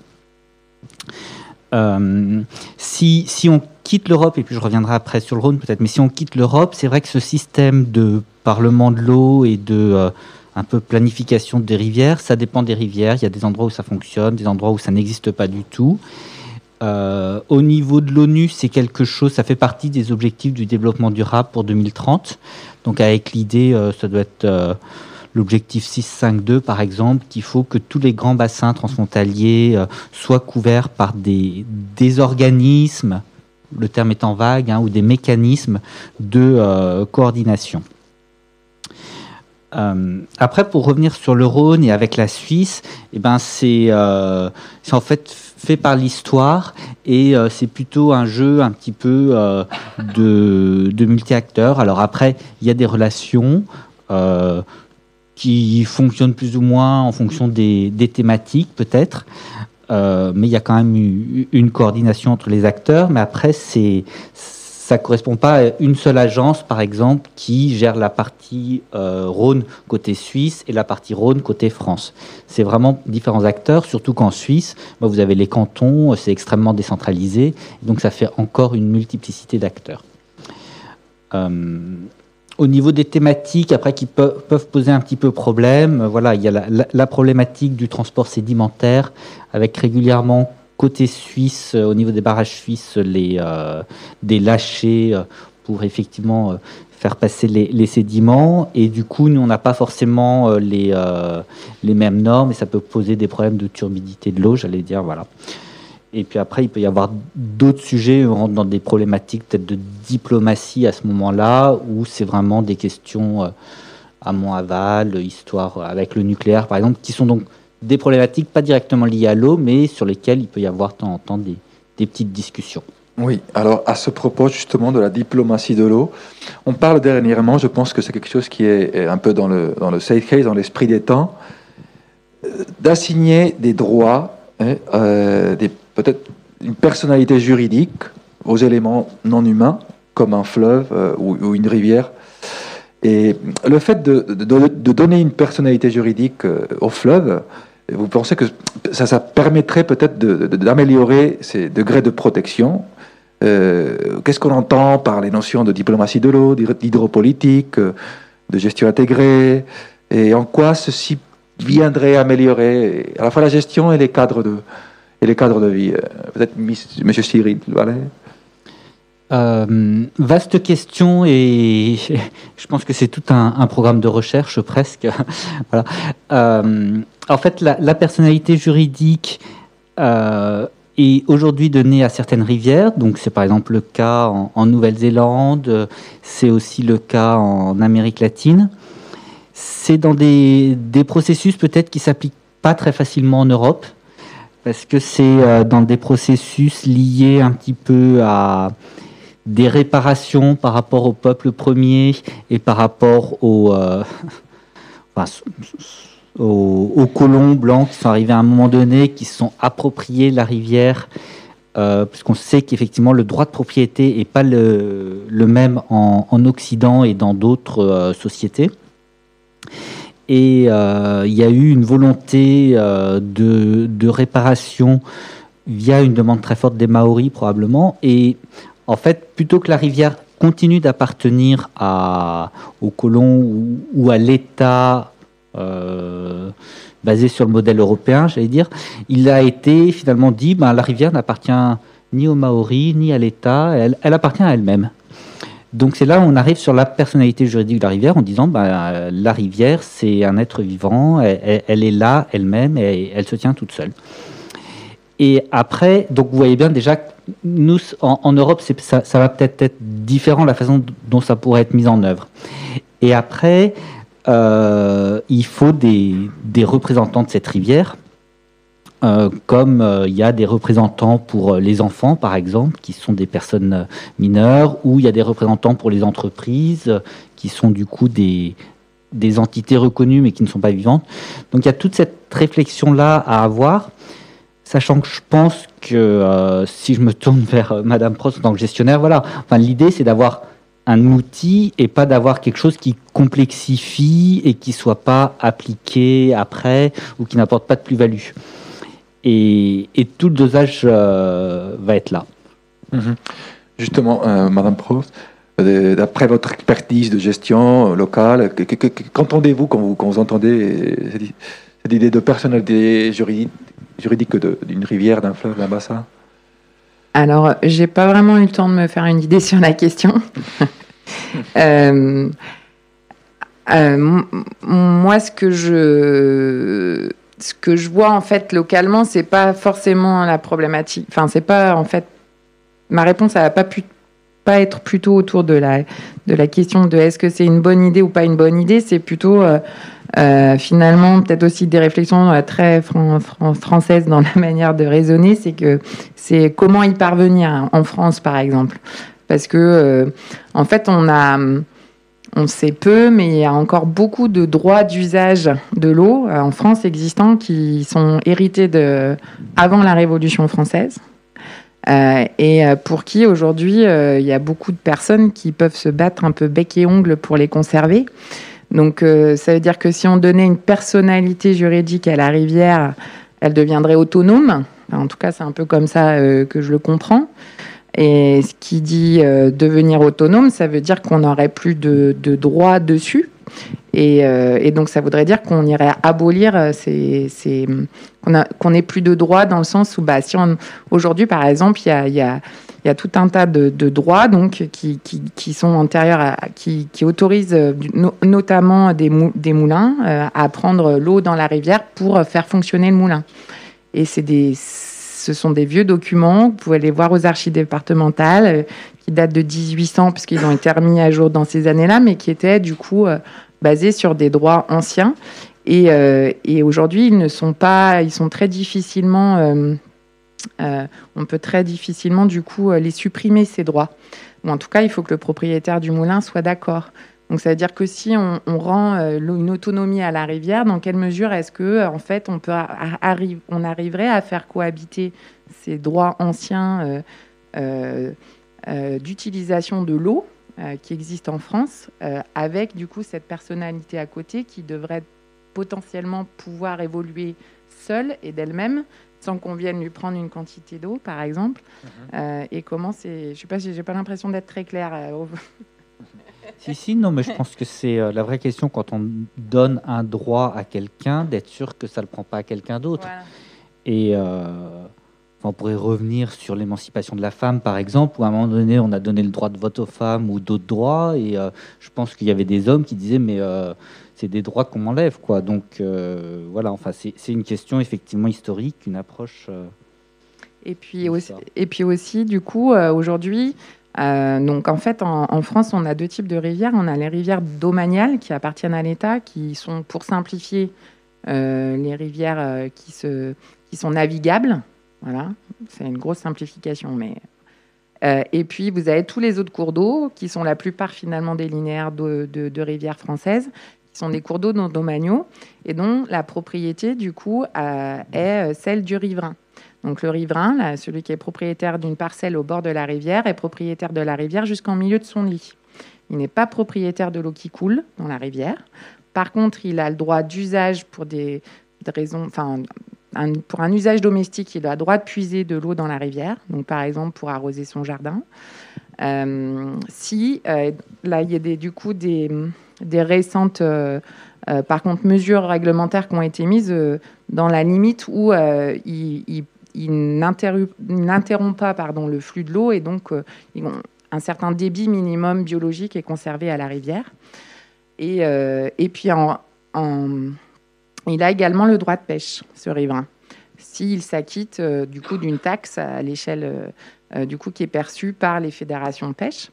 E: Euh, si, si on quitte l'Europe, et puis je reviendrai après sur le Rhône peut-être, mais si on quitte l'Europe, c'est vrai que ce système de parlement de l'eau et de... Euh, un peu planification des rivières, ça dépend des rivières. Il y a des endroits où ça fonctionne, des endroits où ça n'existe pas du tout. Euh, au niveau de l'ONU, c'est quelque chose, ça fait partie des objectifs du développement durable pour deux mille trente. Donc avec l'idée, euh, ça doit être euh, l'objectif six cinq deux par exemple, qu'il faut que tous les grands bassins transfrontaliers euh, soient couverts par des, des organismes, le terme étant vague, hein, ou des mécanismes de euh, coordination. Euh, après, pour revenir sur le Rhône et avec la Suisse, eh ben c'est euh, c'est en fait fait par l'histoire et euh, c'est plutôt un jeu un petit peu euh, de, de multi-acteurs. Alors après, il y a des relations euh, qui fonctionnent plus ou moins en fonction des, des thématiques peut-être, euh, mais il y a quand même eu une coordination entre les acteurs. Mais après, c'est ça ne correspond pas à une seule agence, par exemple, qui gère la partie euh, Rhône côté Suisse et la partie Rhône côté France. C'est vraiment différents acteurs, surtout qu'en Suisse, bah, vous avez les cantons, c'est extrêmement décentralisé, donc ça fait encore une multiplicité d'acteurs. Euh, au niveau des thématiques, après, qui peuvent, peuvent poser un petit peu problème, voilà, il y a la, la, la problématique du transport sédimentaire, avec régulièrement côté suisse, euh, au niveau des barrages suisses, les, euh, des lâchers euh, pour effectivement euh, faire passer les, les sédiments. Et du coup, nous, on n'a pas forcément euh, les, euh, les mêmes normes et ça peut poser des problèmes de turbidité de l'eau, j'allais dire, voilà. Et puis après, il peut y avoir d'autres sujets, on rentre dans des problématiques peut-être de diplomatie à ce moment-là, où c'est vraiment des questions euh, amont-aval, histoire avec le nucléaire, par exemple, qui sont donc des problématiques pas directement liées à l'eau, mais sur lesquelles il peut y avoir de temps en temps des, des petites discussions.
F: Oui, alors à ce propos justement de la diplomatie de l'eau, on parle dernièrement, je pense que c'est quelque chose qui est un peu dans le, dans le zeitgeist, dans l'esprit des temps, d'assigner des droits, hein, euh, des, peut-être une personnalité juridique aux éléments non humains, comme un fleuve euh, ou, ou une rivière. Et le fait de, de, de donner une personnalité juridique euh, au fleuve, vous pensez que ça, ça permettrait peut-être de, de, d'améliorer ces degrés de protection? euh, Qu'est-ce qu'on entend par les notions de diplomatie de l'eau, d'hydropolitique, de gestion intégrée, et en quoi ceci viendrait améliorer à la fois la gestion et les cadres de, et les cadres de vie? Peut-être M. Cyril Vallée.
E: Euh, vaste question et je pense que c'est tout un, un programme de recherche presque. Voilà. Euh, en fait, la, la personnalité juridique euh, est aujourd'hui donnée à certaines rivières. Donc, c'est par exemple le cas en, en Nouvelle-Zélande, c'est aussi le cas en Amérique latine. C'est dans des, des processus peut-être qui s'appliquent pas très facilement en Europe, parce que c'est euh, dans des processus liés un petit peu à des réparations par rapport au peuple premier et par rapport aux, euh, enfin, aux, aux colons blancs qui sont arrivés à un moment donné, qui se sont appropriés la rivière, euh, puisqu'on sait qu'effectivement le droit de propriété n'est pas le, le même en, en Occident et dans d'autres euh, sociétés. Et euh, il y a eu une volonté euh, de, de réparation via une demande très forte des Maoris probablement. Et en fait, plutôt que la rivière continue d'appartenir à, aux colons ou, ou à l'État euh, basé sur le modèle européen, j'allais dire, il a été finalement dit ben, la rivière n'appartient ni aux Maoris, ni à l'État, elle, elle appartient à elle-même. Donc c'est là où on arrive sur la personnalité juridique de la rivière en disant ben, la rivière c'est un être vivant, elle, elle, elle est là elle-même et elle se tient toute seule. Et après, donc vous voyez bien déjà, nous en, en Europe, c'est, ça, ça va peut-être être différent la façon dont ça pourrait être mis en œuvre. Et après, euh, il faut des, des représentants de cette rivière, euh, comme euh, il y a des représentants pour les enfants, par exemple, qui sont des personnes mineures, ou il y a des représentants pour les entreprises, qui sont du coup des, des entités reconnues mais qui ne sont pas vivantes. Donc il y a toute cette réflexion-là à avoir. Sachant que je pense que euh, si je me tourne vers euh, Madame Prost en tant que gestionnaire, voilà. Enfin, l'idée, c'est d'avoir un outil et pas d'avoir quelque chose qui complexifie et qui soit pas appliqué après ou qui n'apporte pas de plus-value. Et, et tout le dosage euh, va être là.
F: Mmh. Justement, euh, Madame Prost, euh, d'après votre expertise de gestion locale, que, que, que, qu'entendez-vous quand vous, quand vous entendez cette, cette idée de personnalité juridique juridique de, d'une rivière, d'un fleuve, d'un bassin?
D: Alors, j'ai pas vraiment eu le temps de me faire une idée sur la question. euh, euh, moi, ce que je ce que je vois en fait localement, c'est pas forcément la problématique. Enfin, c'est pas en fait ma réponse, elle va pas pu pas être plutôt autour de la de la question de est-ce que c'est une bonne idée ou pas une bonne idée. C'est plutôt euh, Euh, finalement, peut-être aussi des réflexions euh, très fran- fran- françaises dans la manière de raisonner, c'est que c'est comment y parvenir en France, par exemple, parce que euh, en fait, on a, on sait peu, mais il y a encore beaucoup de droits d'usage de l'eau euh, en France existants qui sont hérités de avant la Révolution française. Euh, et pour qui aujourd'hui, euh, il y a beaucoup de personnes qui peuvent se battre un peu bec et ongle pour les conserver. Donc, euh, ça veut dire que si on donnait une personnalité juridique à la rivière, elle deviendrait autonome. Enfin, en tout cas, c'est un peu comme ça euh, que je le comprends. Et ce qui dit euh, devenir autonome, ça veut dire qu'on n'aurait plus de, de droits dessus. Et, euh, et donc, ça voudrait dire qu'on irait abolir ces... ces qu'on, a, qu'on ait plus de droits dans le sens où, bah, si on, aujourd'hui, par exemple, il y a... Y a Il y a tout un tas de, de droits donc, qui, qui, qui sont antérieurs, à, qui, qui autorisent no, notamment des, mou, des moulins euh, à prendre l'eau dans la rivière pour faire fonctionner le moulin. Et c'est des, ce sont des vieux documents, vous pouvez les voir aux archives départementales, euh, qui datent de dix-huit cents, puisqu'ils ont été remis à jour dans ces années-là, mais qui étaient du coup euh, basés sur des droits anciens. Et, euh, et aujourd'hui, ils ne sont pas, ils sont très difficilement... Euh, Euh, on peut très difficilement du coup les supprimer, ces droits. Ou en tout cas, il faut que le propriétaire du moulin soit d'accord. Donc ça veut dire que si on, on rend euh, une autonomie à la rivière, dans quelle mesure est-ce que en fait on peut arri- on arriverait à faire cohabiter ces droits anciens euh, euh, euh, d'utilisation de l'eau euh, qui existent en France euh, avec du coup cette personnalité à côté qui devrait potentiellement pouvoir évoluer seule et d'elle-même, sans qu'on vienne lui prendre une quantité d'eau, par exemple. Mmh. Euh, et comment c'est... Je sais pas, j'ai pas l'impression d'être très claire. Euh...
E: si, si, non, mais je pense que c'est euh, la vraie question quand on donne un droit à quelqu'un, d'être sûr que ça ne le prend pas à quelqu'un d'autre. Voilà. Et euh, on pourrait revenir sur l'émancipation de la femme, par exemple, où à un moment donné, on a donné le droit de vote aux femmes ou d'autres droits. Et euh, je pense qu'il y avait des hommes qui disaient, mais... Euh, c'est des droits qu'on m'enlève, quoi. Donc euh, voilà, enfin c'est, c'est une question effectivement historique, une approche. Euh,
D: et puis aussi, et puis aussi, du coup, euh, aujourd'hui, euh, donc en fait, en, en France, on a deux types de rivières. On a les rivières domaniales qui appartiennent à l'État, qui sont, pour simplifier, euh, les rivières euh, qui se, qui sont navigables. Voilà, c'est une grosse simplification, mais. Euh, et puis, vous avez tous les autres cours d'eau, qui sont la plupart finalement des linéaires de, de, de rivières françaises, qui sont des cours d'eau non domaniaux, et dont la propriété, du coup, euh, est celle du riverain. Donc, le riverain, là, celui qui est propriétaire d'une parcelle au bord de la rivière, est propriétaire de la rivière jusqu'en milieu de son lit. Il n'est pas propriétaire de l'eau qui coule dans la rivière. Par contre, il a le droit d'usage pour des, des raisons... Enfin, un, pour un usage domestique, il a droit de puiser de l'eau dans la rivière, donc par exemple pour arroser son jardin. Euh, si euh, là, il y a des, du coup des, des récentes, euh, euh, par contre, mesures réglementaires qui ont été mises euh, dans la limite où euh, il, il, il n'interrompt pas pardon, le flux de l'eau et donc euh, ils ont un certain débit minimum biologique est conservé à la rivière. Et, euh, et puis, en, en, il a également le droit de pêche, ce riverain, s'il s'acquitte euh, du coup d'une taxe à l'échelle euh, du coup qui est perçue par les fédérations de pêche.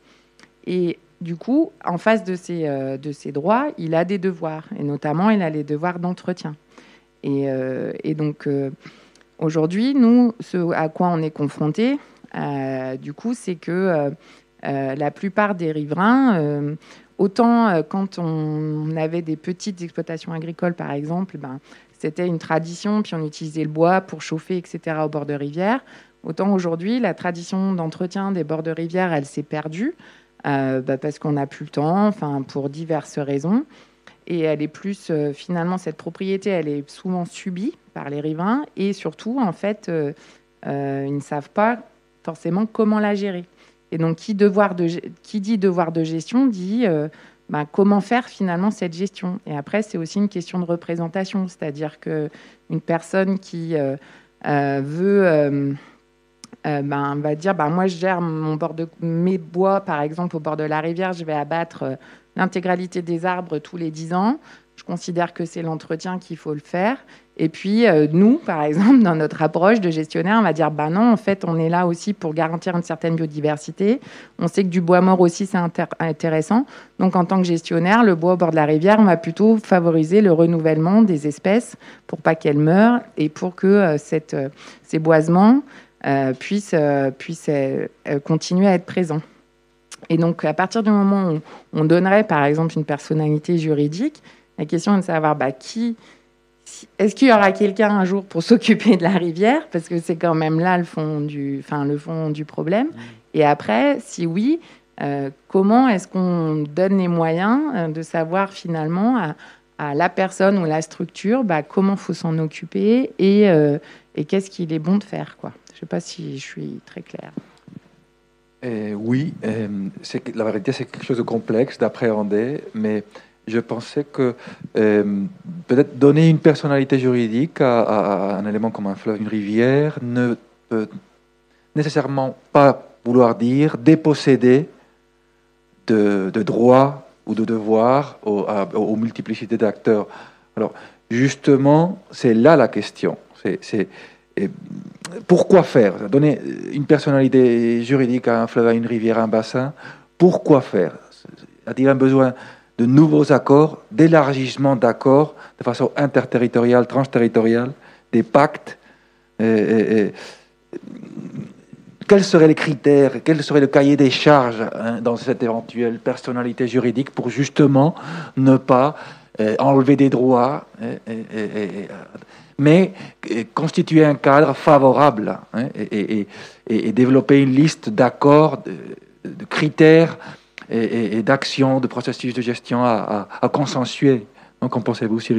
D: Et du coup, en face de ces, euh, de ces droits, il a des devoirs, et notamment, il a les devoirs d'entretien. Et, euh, et donc, euh, aujourd'hui, nous, ce à quoi on est confrontés, euh, du coup, c'est que euh, euh, la plupart des riverains, euh, autant euh, quand on avait des petites exploitations agricoles, par exemple, ben, c'était une tradition, puis on utilisait le bois pour chauffer, et cetera, au bord de rivières. Autant aujourd'hui, la tradition d'entretien des bords de rivières, elle s'est perdue. Euh, bah parce qu'on n'a plus le temps, enfin pour diverses raisons, et elle est plus euh, finalement cette propriété, elle est souvent subie par les riverains et surtout en fait euh, euh, ils ne savent pas forcément comment la gérer. Et donc qui devoir de qui dit devoir de gestion dit euh, bah, comment faire finalement cette gestion. Et après c'est aussi une question de représentation, c'est-à-dire que une personne qui euh, euh, veut euh, Euh, ben, on va dire, ben, moi, je gère mon bord de, mes bois, par exemple, au bord de la rivière. Je vais abattre euh, l'intégralité des arbres tous les dix ans. Je considère que c'est l'entretien qu'il faut le faire. Et puis, euh, nous, par exemple, dans notre approche de gestionnaire, on va dire, ben non, en fait, on est là aussi pour garantir une certaine biodiversité. On sait que du bois mort aussi, c'est inter- intéressant. Donc, en tant que gestionnaire, le bois au bord de la rivière, on va plutôt favoriser le renouvellement des espèces pour pas qu'elles meurent et pour que euh, cette, euh, ces boisements Euh, puisse, euh, puisse euh, continuer à être présent. Et donc, à partir du moment où on donnerait, par exemple, une personnalité juridique, la question est de savoir bah, qui... Est-ce qu'il y aura quelqu'un un jour pour s'occuper de la rivière ? Parce que c'est quand même là le fond du, enfin, le fond du problème. Et après, si oui, euh, comment est-ce qu'on donne les moyens euh, de savoir finalement à, à la personne ou la structure bah, comment il faut s'en occuper et, euh, et qu'est-ce qu'il est bon de faire, quoi. Je ne sais pas si je suis très claire.
F: Euh, oui, euh, c'est que, la vérité, c'est quelque chose de complexe d'appréhender, mais je pensais que euh, peut-être donner une personnalité juridique à, à, à un élément comme un fleuve, une rivière, ne peut nécessairement pas vouloir dire déposséder de, de droits ou de devoirs aux, à, aux multiplicités d'acteurs. Alors, justement, c'est là la question. C'est... c'est Et pourquoi faire ? Donner une personnalité juridique à un fleuve, à une rivière, à un bassin, pourquoi faire ? A-t-il un besoin de nouveaux accords, d'élargissement d'accords de façon interterritoriale, transterritoriale, des pactes et, et, et, quels seraient les critères, quel serait le cahier des charges hein, dans cette éventuelle personnalité juridique pour justement ne pas euh, enlever des droits et, et, et, et, mais constituer un cadre favorable hein, et, et, et, et développer une liste d'accords, de, de critères et, et, et d'actions, de processus de gestion à, à, à consensuer. Donc, qu'en pensez-vous, Cyril ?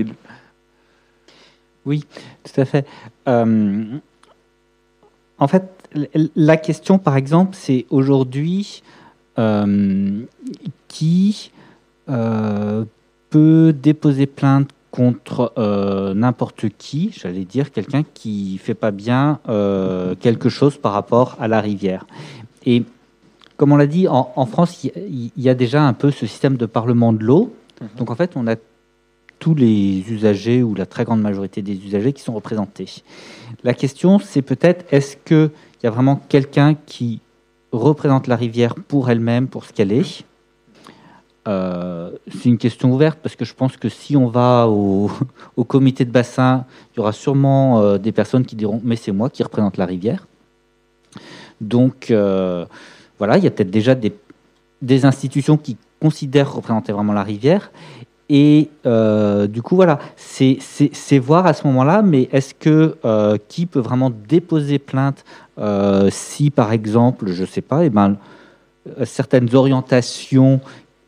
E: Oui, tout à fait. Euh, en fait, la question, par exemple, c'est aujourd'hui euh, qui euh, peut déposer plainte contre euh, n'importe qui, j'allais dire quelqu'un qui fait pas bien euh, quelque chose par rapport à la rivière. Et comme on l'a dit, en, en France, il y, y a déjà un peu ce système de parlement de l'eau. Mmh. Donc en fait, on a tous les usagers ou la très grande majorité des usagers qui sont représentés. La question, c'est peut-être est-ce qu'il y a vraiment quelqu'un qui représente la rivière pour elle-même, pour ce qu'elle est ? Euh, c'est une question ouverte parce que je pense que si on va au, au comité de bassin, il y aura sûrement euh, des personnes qui diront mais c'est moi qui représente la rivière. Donc euh, voilà, il y a peut-être déjà des, des institutions qui considèrent représenter vraiment la rivière et euh, du coup voilà, c'est, c'est, c'est voir à ce moment-là, mais est-ce que euh, qui peut vraiment déposer plainte euh, si par exemple, je sais pas, et ben certaines orientations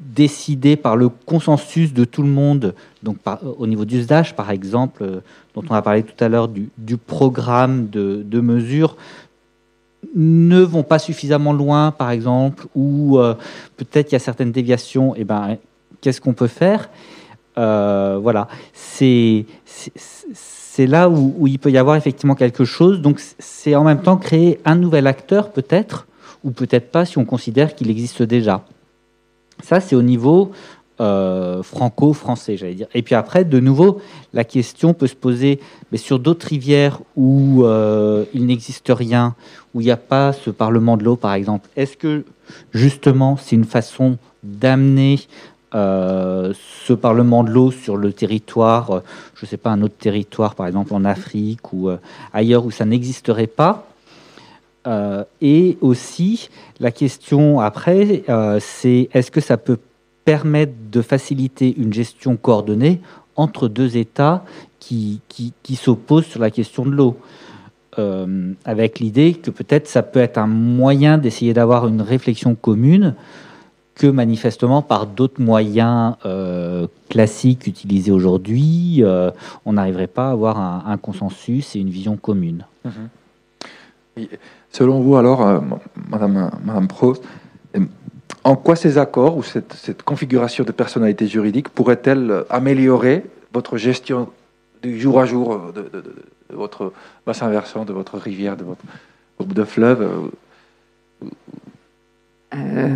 E: décidé par le consensus de tout le monde, donc par, au niveau du S D A H, par exemple, euh, dont on a parlé tout à l'heure, du, du programme de, de mesures, ne vont pas suffisamment loin, par exemple, ou euh, peut-être il y a certaines déviations, et ben, qu'est-ce qu'on peut faire? euh, Voilà, c'est, c'est, c'est là où, où il peut y avoir effectivement quelque chose. Donc c'est en même temps créer un nouvel acteur, peut-être, ou peut-être pas, si on considère qu'il existe déjà. Ça, c'est au niveau euh, franco-français, j'allais dire. Et puis après, de nouveau, la question peut se poser mais sur d'autres rivières où euh, il n'existe rien, où il n'y a pas ce Parlement de l'eau, par exemple. Est-ce que, justement, c'est une façon d'amener euh, ce Parlement de l'eau sur le territoire, euh, je ne sais pas, un autre territoire, par exemple en Afrique ou euh, ailleurs où ça n'existerait pas? Euh, et aussi, la question après, euh, c'est est-ce que ça peut permettre de faciliter une gestion coordonnée entre deux États qui, qui, qui s'opposent sur la question de l'eau, euh, avec l'idée que peut-être ça peut être un moyen d'essayer d'avoir une réflexion commune que manifestement par d'autres moyens euh, classiques utilisés aujourd'hui, euh, on n'arriverait pas à avoir un, un consensus et une vision commune.
F: Mmh. Et selon vous, alors, euh, Madame, Madame Prost, en quoi ces accords ou cette, cette configuration de personnalité juridique pourrait-elle améliorer votre gestion du jour à jour de, de, de, de votre bassin versant, de votre rivière, de votre groupe de fleuves?
D: euh...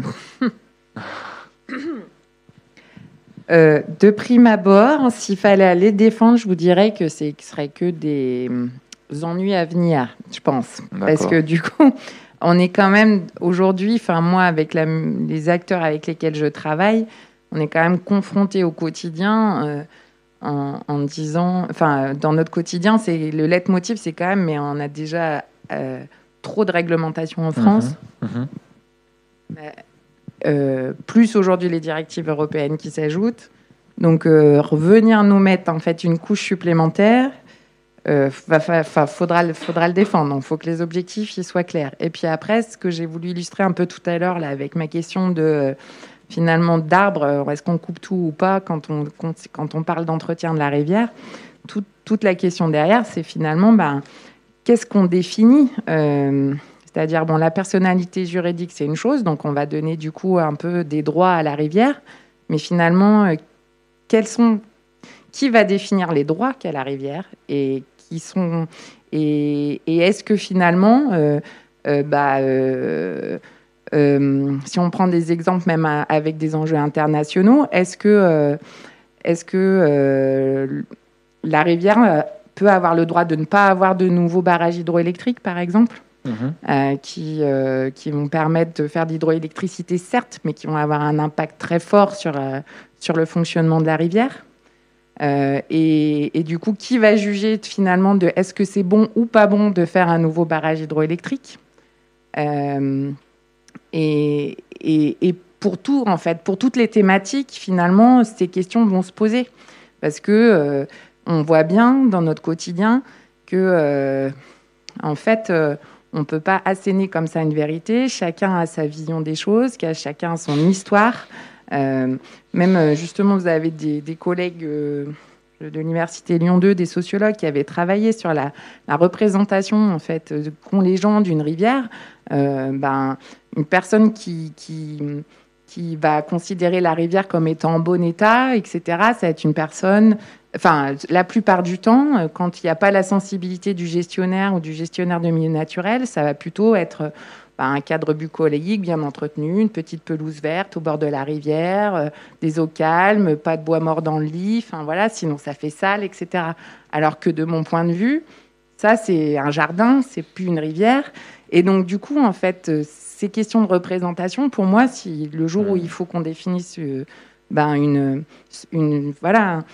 D: euh, De prime abord, s'il fallait aller défendre, je vous dirais que ce serait que des ennuis à venir, je pense. D'accord. Parce que du coup, on est quand même aujourd'hui, enfin moi, avec la, les acteurs avec lesquels je travaille, on est quand même confronté au quotidien euh, en, en disant, enfin, dans notre quotidien, c'est le leitmotiv, c'est quand même, mais on a déjà euh, trop de réglementation en France. Mmh, mmh. Mais, euh, plus aujourd'hui les directives européennes qui s'ajoutent. Donc, euh, revenir nous mettre en fait une couche supplémentaire. Euh, va, va, faudra, faudra le défendre. Donc, il faut que les objectifs y soient clairs. Et puis après, ce que j'ai voulu illustrer un peu tout à l'heure là, avec ma question de euh, finalement d'arbres, est-ce qu'on coupe tout ou pas quand on, quand, quand on parle d'entretien de la rivière, tout, toute la question derrière, c'est finalement ben, qu'est-ce qu'on définit euh, c'est-à-dire, bon, la personnalité juridique, c'est une chose, donc on va donner du coup un peu des droits à la rivière, mais finalement, euh, quels sont, qui va définir les droits qu'a la rivière et qui sont, et, et est-ce que finalement, euh, euh, bah, euh, euh, si on prend des exemples même à, avec des enjeux internationaux, est-ce que, euh, est-ce que euh, la rivière peut avoir le droit de ne pas avoir de nouveaux barrages hydroélectriques, par exemple? Mmh. Euh, qui, euh, qui vont permettre de faire de l'hydroélectricité, certes, mais qui vont avoir un impact très fort sur, euh, sur le fonctionnement de la rivière. Euh, et, et du coup, qui va juger finalement de est-ce que c'est bon ou pas bon de faire un nouveau barrage hydroélectrique? euh, et, et, et pour tout, en fait, pour toutes les thématiques, finalement, ces questions vont se poser. Parce que euh, on voit bien dans notre quotidien que, euh, en fait, euh, on ne peut pas asséner comme ça une vérité. Chacun a sa vision des choses, chacun a son histoire. Euh, même, justement, vous avez des, des collègues euh, de l'Université Lyon deux, des sociologues qui avaient travaillé sur la, la représentation en fait, qu'ont les gens d'une rivière. Euh, ben, une personne qui, qui, qui va considérer la rivière comme étant en bon état, et cetera, ça va être une personne... Enfin, la plupart du temps, quand il n'y a pas la sensibilité du gestionnaire ou du gestionnaire de milieu naturel, ça va plutôt être bah, un cadre bucolique bien entretenu, une petite pelouse verte au bord de la rivière, euh, des eaux calmes, pas de bois mort dans le lit, enfin voilà, sinon ça fait sale, et cetera. Alors que de mon point de vue, ça c'est un jardin, c'est plus une rivière. Et donc du coup, en fait, ces questions de représentation, pour moi, si le jour où il faut qu'on définisse euh, ben, une, une voilà.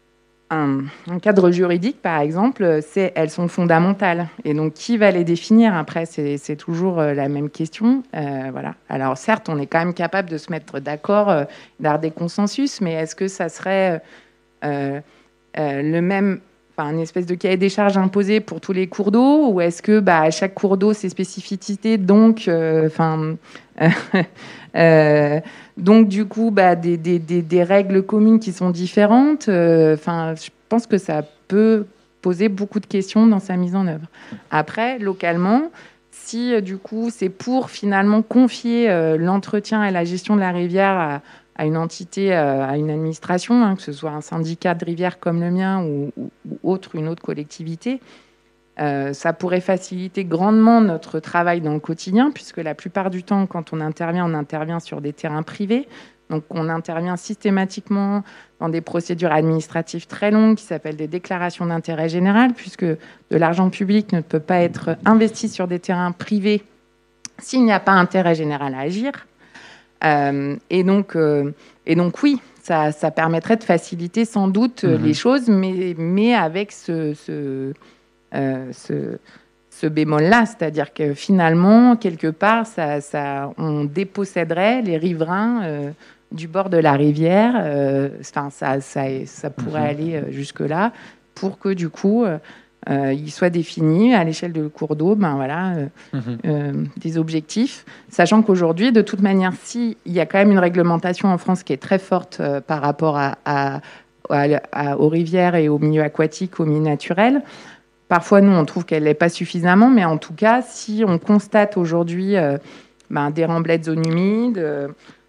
D: Un, un cadre juridique, par exemple, c'est, elles sont fondamentales. Et donc, qui va les définir après? C'est, c'est toujours la même question. Euh, voilà. Alors, certes, on est quand même capable de se mettre d'accord, euh, d'avoir des consensus, mais est-ce que ça serait euh, euh, le même, enfin, une espèce de cahier des charges imposé pour tous les cours d'eau, ou est-ce que bah, chaque cours d'eau ses spécificités, donc, enfin, euh, euh, donc du coup, bah, des, des, des, des règles communes qui sont différentes. Enfin, euh, je pense que ça peut poser beaucoup de questions dans sa mise en œuvre. Après, localement, si euh, du coup c'est pour finalement confier euh, l'entretien et la gestion de la rivière à, à une entité, euh, à une administration, hein, que ce soit un syndicat de rivière comme le mien ou, ou, ou autre, une autre collectivité, euh, ça pourrait faciliter grandement notre travail dans le quotidien, puisque la plupart du temps, quand on intervient, on intervient sur des terrains privés. Donc, on intervient systématiquement dans des procédures administratives très longues qui s'appellent des déclarations d'intérêt général, puisque de l'argent public ne peut pas être investi sur des terrains privés s'il n'y a pas intérêt général à agir. Euh, et, donc, euh, et donc, oui, ça, ça permettrait de faciliter sans doute mmh. les choses, mais, mais avec ce, ce, euh, ce, ce bémol-là, c'est-à-dire que finalement, quelque part, ça, ça, on déposséderait les riverains euh, du bord de la rivière. Euh, enfin, ça, ça, ça pourrait mmh. aller jusque-là pour que, du coup, euh, euh, il soit défini à l'échelle de cours d'eau, ben voilà, euh, mmh. euh, des objectifs. Sachant qu'aujourd'hui, de toute manière, si il y a quand même une réglementation en France qui est très forte euh, par rapport à, à, à, à, aux rivières et aux milieux aquatiques, aux milieux naturels. Parfois, nous, on trouve qu'elle n'est pas suffisamment, mais en tout cas, si on constate aujourd'hui euh, ben, des remblais de zones humides, euh,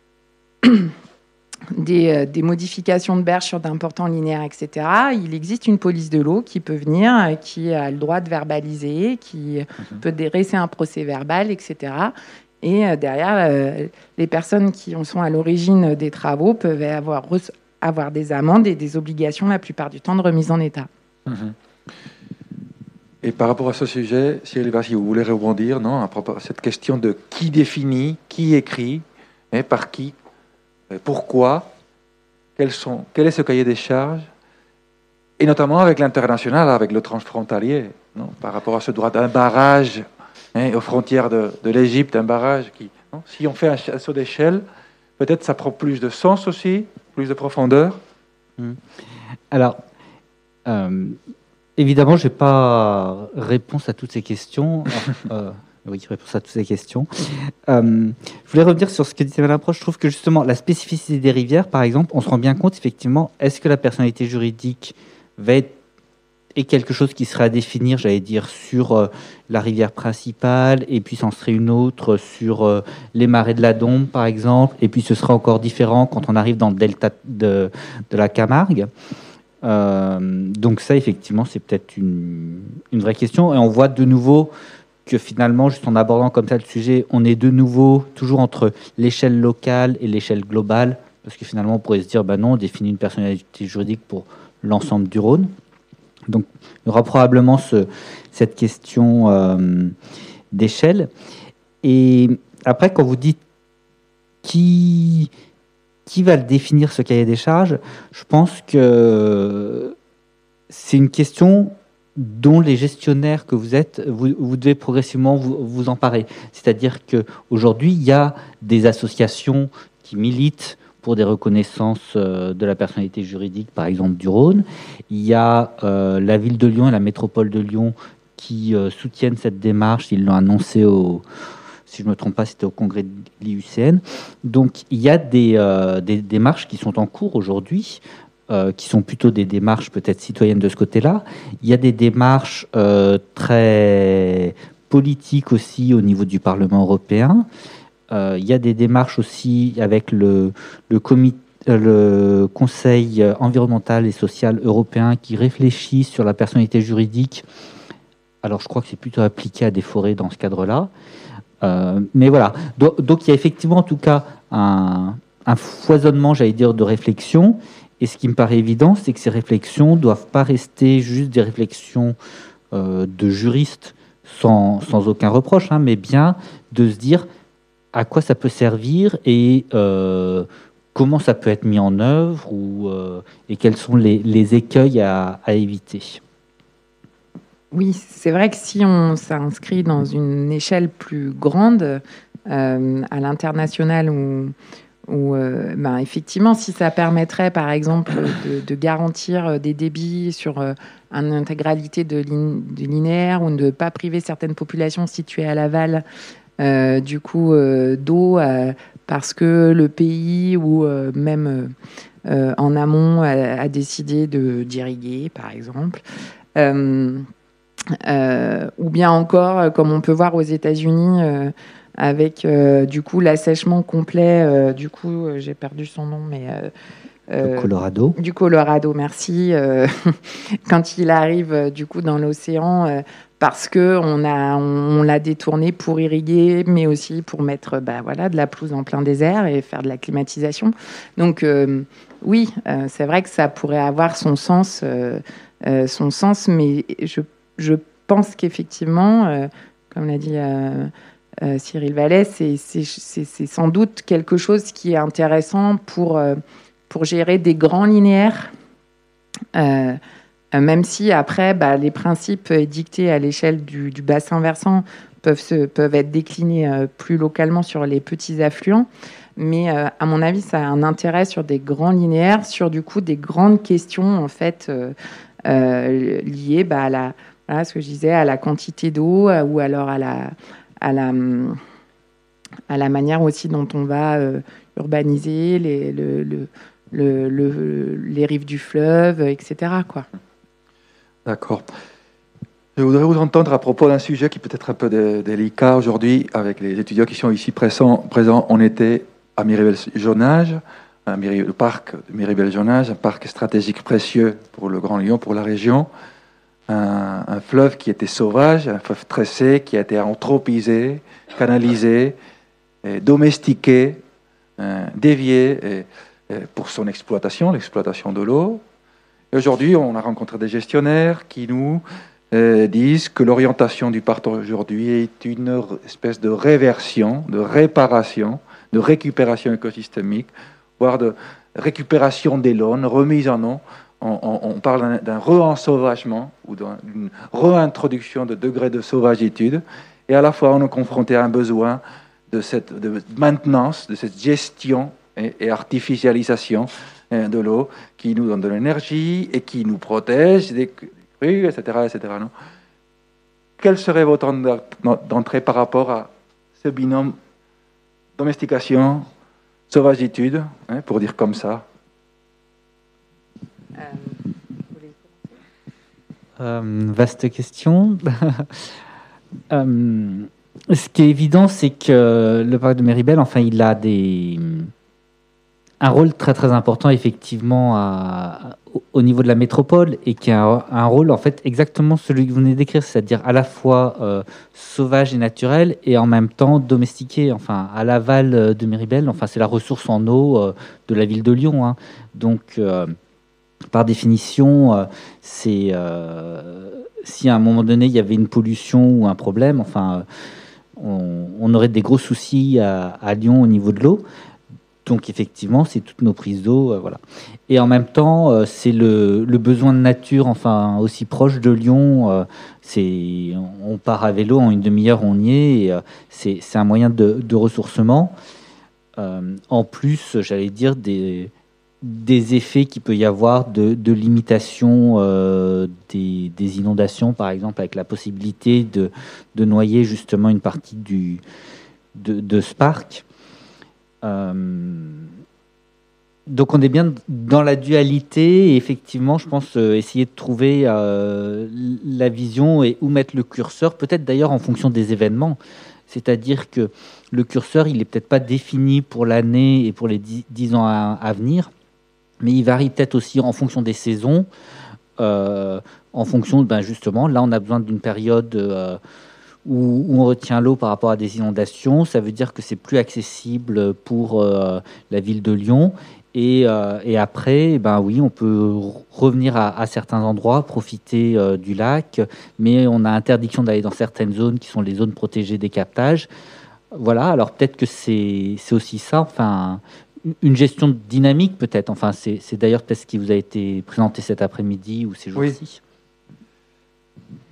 D: des, euh, des modifications de berges sur d'importants linéaires, et cetera, il existe une police de l'eau qui peut venir, euh, qui a le droit de verbaliser, qui mmh. peut dresser un procès verbal, et cetera. Et euh, derrière, euh, les personnes qui sont à l'origine des travaux peuvent avoir, avoir des amendes et des obligations, la plupart du temps, de remise en état.
F: Mmh. Et par rapport à ce sujet, Cyril, si vous voulez rebondir, non, à propos de cette question de qui définit, qui écrit, et par qui, pourquoi, quels sont, quel est ce cahier des charges, et notamment avec l'international, avec le transfrontalier, non, par rapport à ce droit d'un barrage hein, aux frontières de, de l'Égypte, un barrage qui, non, si on fait un, un saut d'échelle, peut-être ça prend plus de sens aussi, plus de profondeur.
E: Mmh. Alors, euh, évidemment, je n'ai pas réponse à toutes ces questions. euh, oui, réponse à toutes ces questions. Euh, je voulais revenir sur ce que disait Madame Proche. Je trouve que justement, la spécificité des rivières, par exemple, on se rend bien compte, effectivement, est-ce que la personnalité juridique va être est quelque chose qui serait à définir, j'allais dire, sur euh, la rivière principale, et puis c'en serait une autre sur euh, les marais de la Dombe, par exemple, et puis ce sera encore différent quand on arrive dans le delta de, de la Camargue. Euh, donc ça, effectivement, c'est peut-être une, une vraie question. Et on voit de nouveau que finalement, juste en abordant comme ça le sujet, on est de nouveau toujours entre l'échelle locale et l'échelle globale, parce que finalement, on pourrait se dire, bah non, on définit une personnalité juridique pour l'ensemble du Rhône. Donc, il y aura probablement ce, cette question euh, d'échelle. Et après, quand vous dites qui... Qui va le définir, ce cahier des charges? Je pense que c'est une question dont les gestionnaires que vous êtes, vous, vous devez progressivement vous, vous emparer. C'est-à-dire qu'aujourd'hui, il y a des associations qui militent pour des reconnaissances de la personnalité juridique, par exemple du Rhône. Il y a euh, la ville de Lyon et la métropole de Lyon qui euh, soutiennent cette démarche. Ils l'ont annoncé au... si je ne me trompe pas, c'était au congrès de l'I U C N. Donc, il y a des, euh, des démarches qui sont en cours aujourd'hui, euh, qui sont plutôt des démarches peut-être citoyennes de ce côté-là. Il y a des démarches euh, très politiques aussi au niveau du Parlement européen. Euh, il y a des démarches aussi avec le, le, comité, le Conseil environnemental et social européen qui réfléchit sur la personnalité juridique. Alors, je crois que c'est plutôt appliqué à des forêts dans ce cadre-là. Euh, mais voilà, donc, donc il y a effectivement en tout cas un, un foisonnement, j'allais dire, de réflexions. Et ce qui me paraît évident, c'est que ces réflexions ne doivent pas rester juste des réflexions euh, de juristes sans, sans aucun reproche, hein, mais bien de se dire à quoi ça peut servir et euh, comment ça peut être mis en œuvre ou, euh, et quels sont les, les écueils à, à éviter.
D: Oui, c'est vrai que si on s'inscrit dans une échelle plus grande, euh, à l'international ou, où euh, ben, effectivement, si ça permettrait, par exemple, de, de garantir des débits sur euh, une intégralité de, lin- de linéaire ou de ne pas priver certaines populations situées à l'aval, euh, du coup, euh, d'eau, euh, parce que le pays ou euh, même euh, en amont a, a décidé de, d'irriguer, par exemple. Euh, euh, ou bien encore, comme on peut voir aux États-Unis, euh, avec euh, du coup l'assèchement complet, euh, du coup euh, j'ai perdu son nom, mais euh,
E: Le
D: euh,
E: Colorado.
D: du Colorado, merci. euh, quand il arrive euh, du coup dans l'océan, euh, parce que on a, on, on l'a détourné pour irriguer, mais aussi pour mettre, bah voilà, de la pelouse en plein désert et faire de la climatisation. Donc euh, oui, euh, c'est vrai que ça pourrait avoir son sens, euh, euh, son sens, mais je, je pense qu'effectivement, euh, comme l'a dit. Euh, Euh, Cyril Vallet, c'est, c'est, c'est, c'est sans doute quelque chose qui est intéressant pour, euh, pour gérer des grands linéaires, euh, euh, même si après, bah, les principes dictés à l'échelle du, du bassin versant peuvent, se, peuvent être déclinés euh, plus localement sur les petits affluents. Mais euh, à mon avis, ça a un intérêt sur des grands linéaires, sur du coup des grandes questions en fait euh, euh, liées bah, à la, voilà, ce que je disais, à la quantité d'eau euh, ou alors à la à la, à la manière aussi dont on va euh, urbaniser les, le, le, le, le, les rives du fleuve, et cetera, quoi.
F: D'accord. Je voudrais vous entendre à propos d'un sujet qui peut être un peu dé- délicat aujourd'hui avec les étudiants qui sont ici présents. présents. On était à Miribel-Jonage, à Miri- le parc de Miribel-Jonage, un parc stratégique précieux pour le Grand Lyon, pour la région. Un, un fleuve qui était sauvage, un fleuve tressé, qui a été anthropisé, canalisé, et domestiqué, euh, dévié et, et pour son exploitation, l'exploitation de l'eau. Et aujourd'hui, on a rencontré des gestionnaires qui nous euh, disent que l'orientation du parc aujourd'hui est une espèce de réversion, de réparation, de récupération écosystémique, voire de récupération des lônes, remise en eau. On, on, on parle d'un, d'un re-ensauvagement ou d'un, d'une réintroduction de degrés de sauvagitude. Et à la fois, on est confronté à un besoin de cette de maintenance, de cette gestion et, et artificialisation hein, de l'eau qui nous donne de l'énergie et qui nous protège des crues, et cetera, et cetera. Non ? Quelle serait votre entrée par rapport à ce binôme domestication, sauvagitude, hein, pour dire comme ça?
E: Euh, vaste question. euh, ce qui est évident, c'est que le parc de Miribel, enfin, il a des, un rôle très très important effectivement à, au niveau de la métropole et qui a un, un rôle en fait exactement celui que vous venez d'écrire, c'est-à-dire à la fois euh, sauvage et naturel et en même temps domestiqué. Enfin, à l'aval de Miribel, enfin, c'est la ressource en eau euh, de la ville de Lyon, hein. Donc euh, par définition, euh, c'est euh, si à un moment donné il y avait une pollution ou un problème, enfin, on, on aurait des gros soucis à, à Lyon au niveau de l'eau. Donc effectivement, c'est toutes nos prises d'eau, euh, voilà. Et en même temps, euh, c'est le, le besoin de nature, enfin aussi proche de Lyon. Euh, c'est, on part à vélo en une demi-heure, on y est. Et, euh, c'est, c'est un moyen de, de ressourcement. Euh, en plus, j'allais dire des des effets qu'il peut y avoir de, de limitation euh, des, des inondations, par exemple, avec la possibilité de, de noyer justement une partie du, de, de ce parc. Euh, donc on est bien dans la dualité et effectivement, je pense euh, essayer de trouver euh, la vision et où mettre le curseur, peut-être d'ailleurs en fonction des événements. C'est-à-dire que le curseur, il n'est peut-être pas défini pour l'année et pour les dix ans à, à venir, mais il varie peut-être aussi en fonction des saisons, euh, en fonction, ben justement, là on a besoin d'une période euh, où, où on retient l'eau par rapport à des inondations, ça veut dire que c'est plus accessible pour euh, la ville de Lyon, et, euh, et après, ben oui, on peut revenir à, à certains endroits, profiter euh, du lac, mais on a interdiction d'aller dans certaines zones qui sont les zones protégées des captages. Voilà, alors peut-être que c'est, c'est aussi ça, enfin... une gestion dynamique peut-être, enfin c'est, c'est d'ailleurs peut-être ce qui vous a été présenté cet après-midi ou ces jours-ci.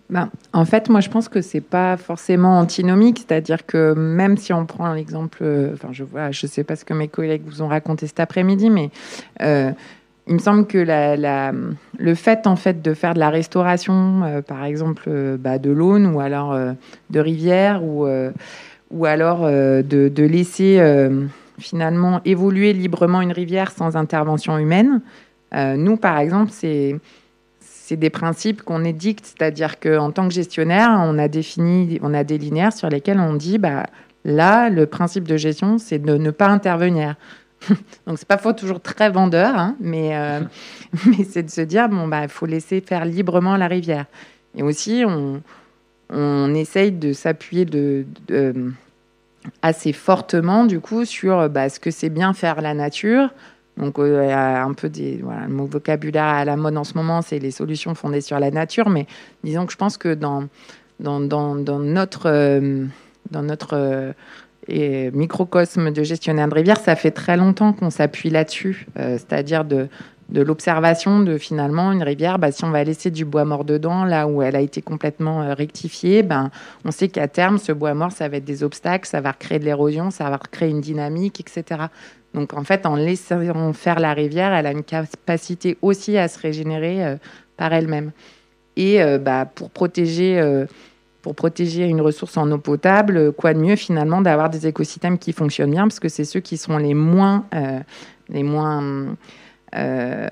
D: Ben, en fait, moi, je pense que c'est pas forcément antinomique, c'est-à-dire que même si on prend l'exemple, euh, enfin, je vois, je sais pas ce que mes collègues vous ont raconté cet après-midi, mais euh, il me semble que la, la, le fait, en fait, de faire de la restauration, euh, par exemple, euh, bah, de l'Aune ou alors euh, de rivières, ou euh, ou alors euh, de, de laisser euh, finalement évoluer librement une rivière sans intervention humaine. Euh, nous, par exemple, c'est c'est des principes qu'on édicte, c'est-à-dire qu'en tant que gestionnaire, on a défini, on a des linéaires sur lesquels on dit, bah, là, le principe de gestion, c'est de ne pas intervenir. Donc, c'est pas faut toujours très vendeur, hein, mais, euh, mais c'est de se dire, bon, bah, il faut laisser faire librement la rivière. Et aussi, on, on essaye de s'appuyer de, de, de, assez fortement, du coup, sur bah, ce que c'est bien faire la nature. Donc, euh, il y a un peu des, voilà, le mot vocabulaire à la mode en ce moment, c'est les solutions fondées sur la nature. Mais disons que je pense que dans, dans, dans, dans notre, euh, dans notre euh, et microcosme de gestionnaire de rivière, ça fait très longtemps qu'on s'appuie là-dessus. Euh, c'est-à-dire de, de l'observation de finalement une rivière, bah, si on va laisser du bois mort dedans, là où elle a été complètement euh, rectifiée, ben, on sait qu'à terme, ce bois mort, ça va être des obstacles, ça va recréer de l'érosion, ça va recréer une dynamique, et cetera. Donc, en fait, en laissant faire la rivière, elle a une capacité aussi à se régénérer euh, par elle-même. Et euh, bah, pour, protéger, euh, pour protéger une ressource en eau potable, quoi de mieux, finalement, d'avoir des écosystèmes qui fonctionnent bien, parce que c'est ceux qui seront les moins... Euh, les moins euh,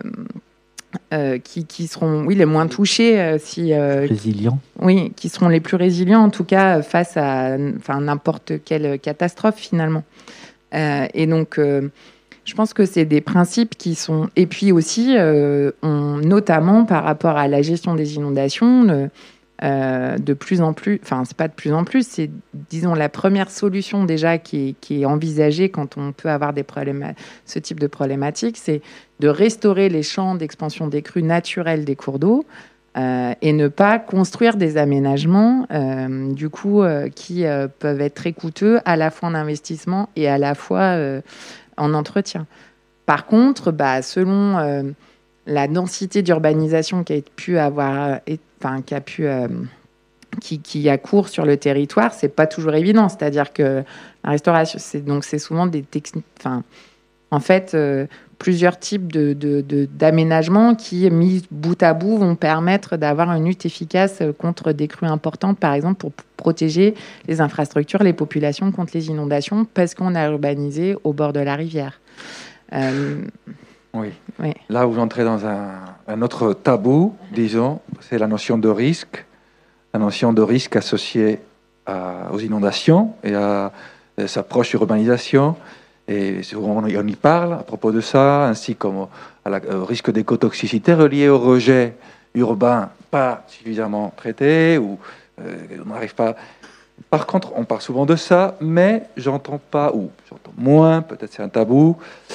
D: euh, qui, qui seront oui, les moins touchés. Euh, si, euh,
E: Résilients.
D: Oui, qui seront les plus résilients, en tout cas, face à enfin, n'importe quelle catastrophe, finalement. Euh, et donc, euh, je pense que c'est des principes qui sont... Et puis aussi, euh, on, notamment par rapport à la gestion des inondations, euh, euh, de plus en plus... Enfin, c'est pas de plus en plus, c'est, disons, la première solution déjà qui est, qui est envisagée quand on peut avoir des problèmes, ce type de problématique, c'est de restaurer les champs d'expansion des crues naturelles des cours d'eau, Euh, et ne pas construire des aménagements euh, du coup euh, qui euh, peuvent être très coûteux à la fois en investissement et à la fois euh, en entretien. Par contre, bah, selon euh, la densité d'urbanisation qui a pu avoir, et, enfin, qui a pu euh, qui, qui a cours sur le territoire, c'est pas toujours évident. C'est-à-dire que la restauration, c'est donc c'est souvent des techniques, enfin, en fait. Euh, plusieurs types de, de, de, d'aménagements qui, mis bout à bout, vont permettre d'avoir une lutte efficace contre des crues importantes, par exemple, pour protéger les infrastructures, les populations contre les inondations, parce qu'on a urbanisé au bord de la rivière. Euh,
F: oui.
D: oui.
F: Là, vous entrez dans un, un autre tabou, disons, c'est la notion de risque, la notion de risque associée à, aux inondations et à, à sa proche urbanisation. Et on y parle à propos de ça, ainsi qu'au risque d'écotoxicité relié au rejet urbain pas suffisamment traité, ou euh, on n'arrive pas. Par contre, on parle souvent de ça, mais j'entends pas, ou j'entends moins, peut-être c'est un tabou,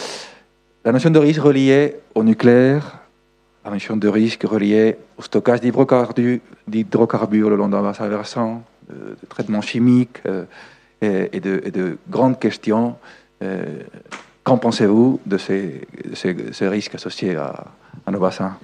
F: la notion de risque reliée au nucléaire, la notion de risque reliée au stockage d'hydrocarbures, d'hydrocarbures le long d'un bassin versant, de, de traitement chimique euh, et, et, de, et de grandes questions. Euh, qu'en pensez-vous de ces, de ces, de ces risques associés à, à nos bassins?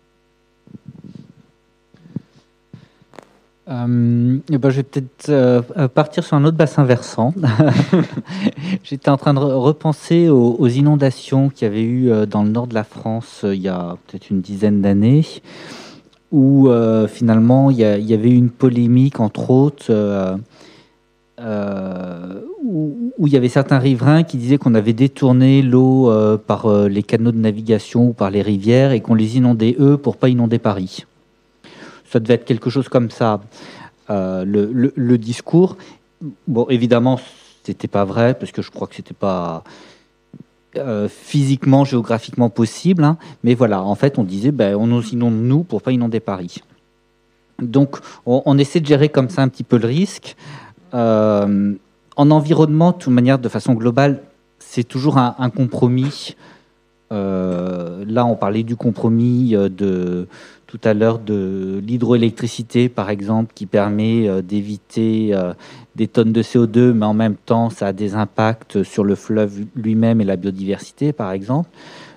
E: euh, et ben, Je vais peut-être euh, partir sur un autre bassin versant. J'étais en train de repenser aux, aux inondations qu'il y avait eu dans le nord de la France euh, il y a peut-être une dizaine d'années, où euh, finalement il y, a, il y avait eu une polémique, entre autres, euh, Euh, où, où il y avait certains riverains qui disaient qu'on avait détourné l'eau euh, par euh, les canaux de navigation ou par les rivières et qu'on les inondait eux pour pas inonder Paris. Ça devait être quelque chose comme ça, euh, le, le, le discours. Bon, évidemment, c'était pas vrai parce que je crois que c'était pas euh, physiquement, géographiquement possible. Hein, mais voilà, en fait, on disait, ben, on nous inonde nous pour pas inonder Paris. Donc, on, on essaie de gérer comme ça un petit peu le risque. Euh, en environnement, de toute manière, de façon globale, c'est toujours un, un compromis. Euh, là, on parlait du compromis de tout à l'heure de l'hydroélectricité, par exemple, qui permet euh, d'éviter euh, des tonnes de C O deux, mais en même temps, ça a des impacts sur le fleuve lui-même et la biodiversité, par exemple.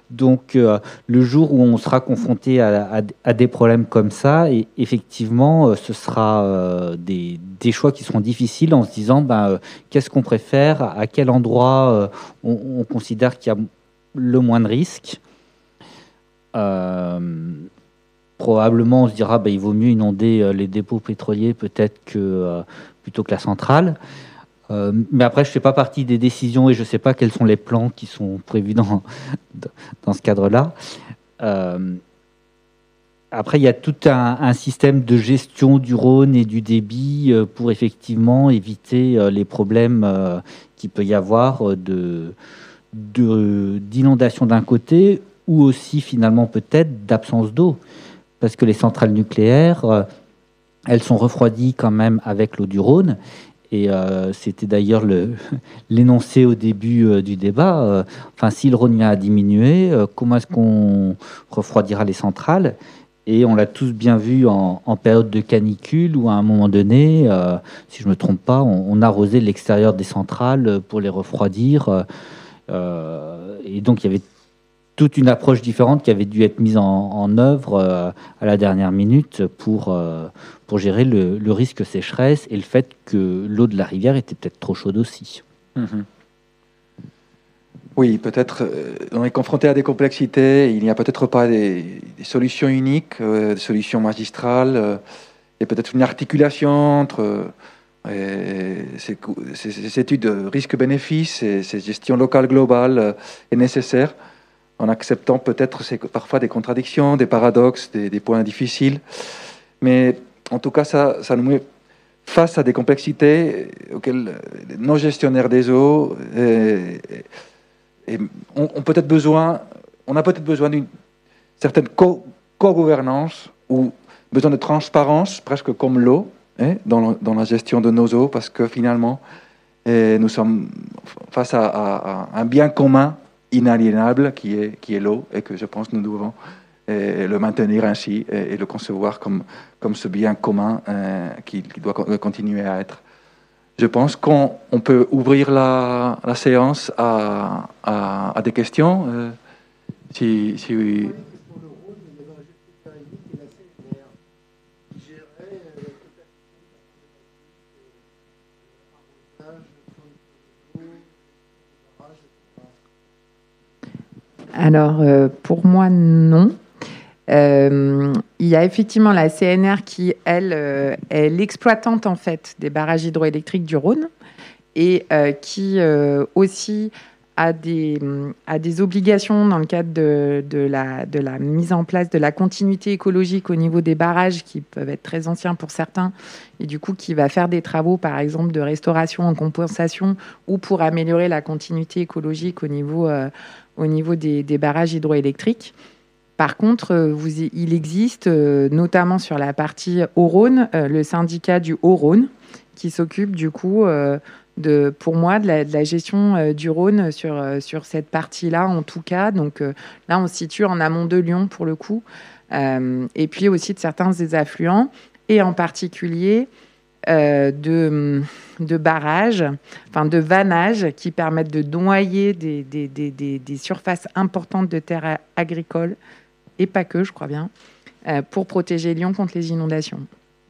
G: Donc, euh, le jour où on sera confronté à, à, à des problèmes comme ça, et effectivement, euh, ce sera euh, des, des choix qui seront difficiles en se disant ben, euh, qu'est-ce qu'on préfère, à quel endroit euh, on, on considère qu'il y a le moins de risques. Euh, probablement, on se dira ben, il vaut mieux inonder euh, les dépôts pétroliers peut-être que, euh, plutôt que la centrale. Euh, mais après, je ne fais pas partie des décisions et je ne sais pas quels sont les plans qui sont prévus dans, dans ce cadre-là. Euh, après, il y a tout un, un système de gestion du Rhône et du débit euh, pour effectivement éviter euh, les problèmes euh, qu'il peut y avoir de, de, d'inondation d'un côté ou aussi finalement peut-être d'absence d'eau. Parce que les centrales nucléaires, euh, elles sont refroidies quand même avec l'eau du Rhône. Et euh, c'était d'ailleurs le, l'énoncé au début euh, du débat. Euh, enfin, si le Rhône vient à diminuer, euh, comment est-ce qu'on refroidira les centrales? Et on l'a tous bien vu en, en période de canicule où à un moment donné, euh, si je ne me trompe pas, on, on arrosait l'extérieur des centrales pour les refroidir. Euh, et donc, il y avait toute une approche différente qui avait dû être mise en, en œuvre euh, à la dernière minute pour, euh, pour gérer le, le risque sécheresse et le fait que l'eau de la rivière était peut-être trop chaude aussi.
F: Mmh. Oui, peut-être euh, on est confronté à des complexités, il n'y a peut-être pas des, des solutions uniques, euh, des solutions magistrales, euh, et peut-être une articulation entre euh, ces, ces, ces études de risque-bénéfice et ces gestions locales globales euh, est nécessaire, en acceptant peut-être parfois des contradictions, des paradoxes, des, des points difficiles. Mais en tout cas, ça, ça nous met face à des complexités auxquelles nos gestionnaires des eaux et, et ont, ont peut-être besoin, on a peut-être besoin d'une certaine co- co-gouvernance ou besoin de transparence, presque comme l'eau, hein, dans, le, dans la gestion de nos eaux, parce que finalement, eh, nous sommes face à, à, à un bien commun inaliénable qui est, qui est l'eau, et que je pense que nous devons eh, le maintenir ainsi et, et le concevoir comme, comme ce bien commun euh, qui, qui doit continuer à être. Je pense qu'on on peut ouvrir la, la séance à, à, à des questions. Euh, si, si...
D: Alors, euh, pour moi, non. Euh, il y a effectivement la C N R qui, elle, euh, est l'exploitante en fait des barrages hydroélectriques du Rhône et euh, qui euh, aussi a des, a des obligations dans le cadre de, de, la, de la mise en place de la continuité écologique au niveau des barrages qui peuvent être très anciens pour certains et du coup qui va faire des travaux par exemple de restauration en compensation ou pour améliorer la continuité écologique au niveau, euh, au niveau des, des barrages hydroélectriques. Par contre, vous, il existe, notamment sur la partie Haut-Rhône, le syndicat du Haut-Rhône, qui s'occupe du coup, de, pour moi, de la, de la gestion du Rhône sur, sur cette partie-là, en tout cas. Donc là, on se situe en amont de Lyon, pour le coup. Euh, et puis aussi de certains des affluents, et en particulier euh, de, de barrages, enfin de vannages, qui permettent de noyer des, des, des, des, des surfaces importantes de terres agricoles, et pas que, je crois bien, euh, pour protéger Lyon contre les inondations.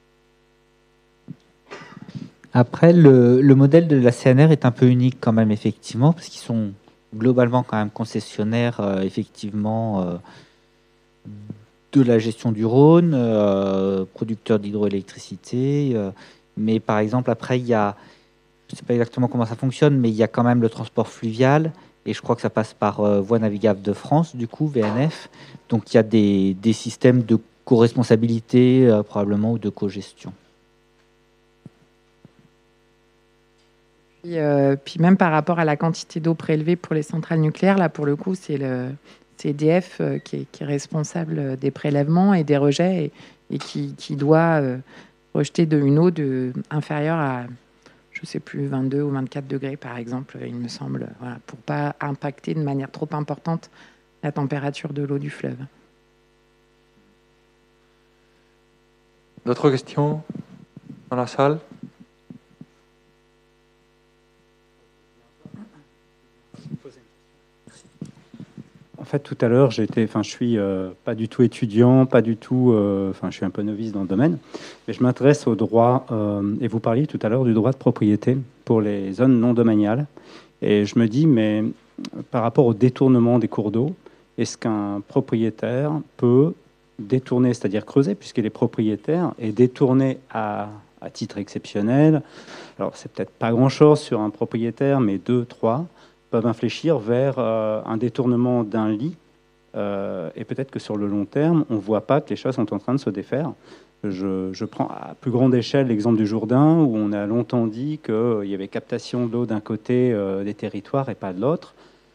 G: Après, le, le modèle de la C N R est un peu unique quand même, effectivement, parce qu'ils sont globalement quand même concessionnaires, euh, effectivement, euh, de la gestion du Rhône, euh, producteurs d'hydroélectricité. Euh, mais par exemple, après, il y a, je ne sais pas exactement comment ça fonctionne, mais il y a quand même le transport fluvial. Et je crois que ça passe par euh, Voies navigables de France, du coup, V N F. Donc, il y a des, des systèmes de co-responsabilité, euh, probablement, ou de co-gestion.
D: Puis, euh, puis même par rapport à la quantité d'eau prélevée pour les centrales nucléaires, là, pour le coup, c'est le c'est E D F euh, qui, est, qui est responsable des prélèvements et des rejets et, et qui, qui doit euh, rejeter de, une eau de, inférieure à, je ne sais plus, vingt-deux ou vingt-quatre degrés, par exemple, il me semble, voilà, pour ne pas impacter de manière trop importante la température de l'eau du fleuve.
F: D'autres questions dans la salle?
H: fait, tout à l'heure, j'étais, enfin, je suis euh, pas du tout étudiant, pas du tout, euh, enfin, je suis un peu novice dans le domaine, mais je m'intéresse au droit. Euh, et vous parliez tout à l'heure du droit de propriété pour les zones non domaniales. Et je me dis, mais par rapport au détournement des cours d'eau, est-ce qu'un propriétaire peut détourner, c'est-à-dire creuser, puisqu'il est propriétaire, et détourner à, à titre exceptionnel? Alors, c'est peut-être pas grand-chose sur un propriétaire, mais deux, trois peuvent infléchir vers euh, un détournement d'un lit. Euh, et peut-être que sur le long terme, on ne voit pas que les choses sont en train de se défaire. Je, je prends à plus grande échelle l'exemple du Jourdain, où on a longtemps dit qu'il y avait captation d'eau d'un côté euh, des territoires et pas de l'autre.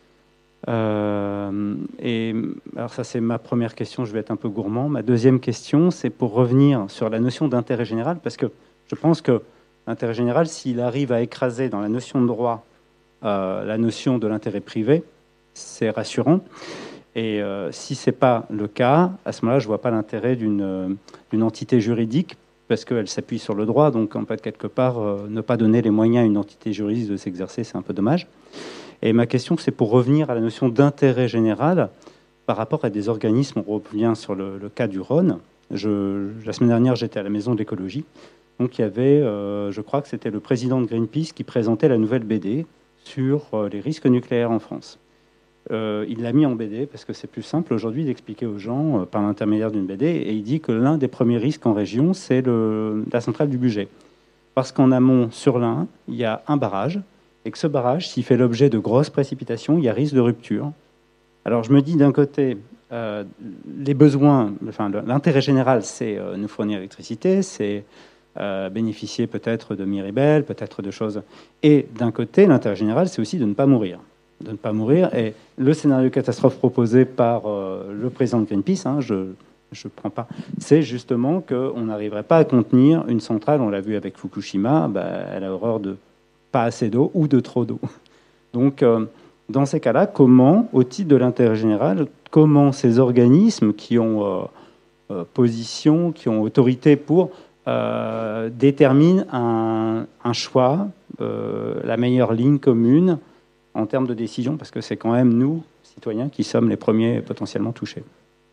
H: Euh, et alors ça, c'est ma première question, je vais être un peu gourmand. Ma deuxième question, c'est pour revenir sur la notion d'intérêt général, parce que je pense que l'intérêt général, s'il arrive à écraser dans la notion de droit Euh, la notion de l'intérêt privé, c'est rassurant. Et euh, si ce n'est pas le cas, à ce moment-là, je ne vois pas l'intérêt d'une euh, d'une entité juridique, parce qu'elle s'appuie sur le droit. Donc, en fait, quelque part, euh, ne pas donner les moyens à une entité juridique de s'exercer, c'est un peu dommage. Et ma question, c'est pour revenir à la notion d'intérêt général par rapport à des organismes. On revient sur le, le cas du Rhône. Je, la semaine dernière, j'étais à la Maison de l'écologie. Donc, il y avait, euh, je crois que c'était le président de Greenpeace qui présentait la nouvelle B D sur les risques nucléaires en France. Euh, il l'a mis en B D parce que c'est plus simple aujourd'hui d'expliquer aux gens euh, par l'intermédiaire d'une B D, et il dit que l'un des premiers risques en région, c'est le, la centrale du Bugey. Parce qu'en amont, sur l'Ain, il y a un barrage, et que ce barrage, s'il fait l'objet de grosses précipitations, il y a risque de rupture. Alors je me dis d'un côté, euh, les besoins, enfin l'intérêt général, c'est euh, nous fournir l'électricité, c'est Euh, bénéficier peut-être de Miribel, peut-être de choses. Et d'un côté, l'intérêt général, c'est aussi de ne pas mourir. De ne pas mourir. Et le scénario catastrophe proposé par euh, le président de Greenpeace, hein, je ne prends pas, c'est justement qu'on n'arriverait pas à contenir une centrale. On l'a vu avec Fukushima, bah, elle a horreur de pas assez d'eau ou de trop d'eau. Donc, euh, dans ces cas-là, comment, au titre de l'intérêt général, comment ces organismes qui ont euh, euh, position, qui ont autorité pour Euh, détermine un, un choix, euh, la meilleure ligne commune en termes de décision, parce que c'est quand même nous, citoyens, qui sommes les premiers potentiellement touchés.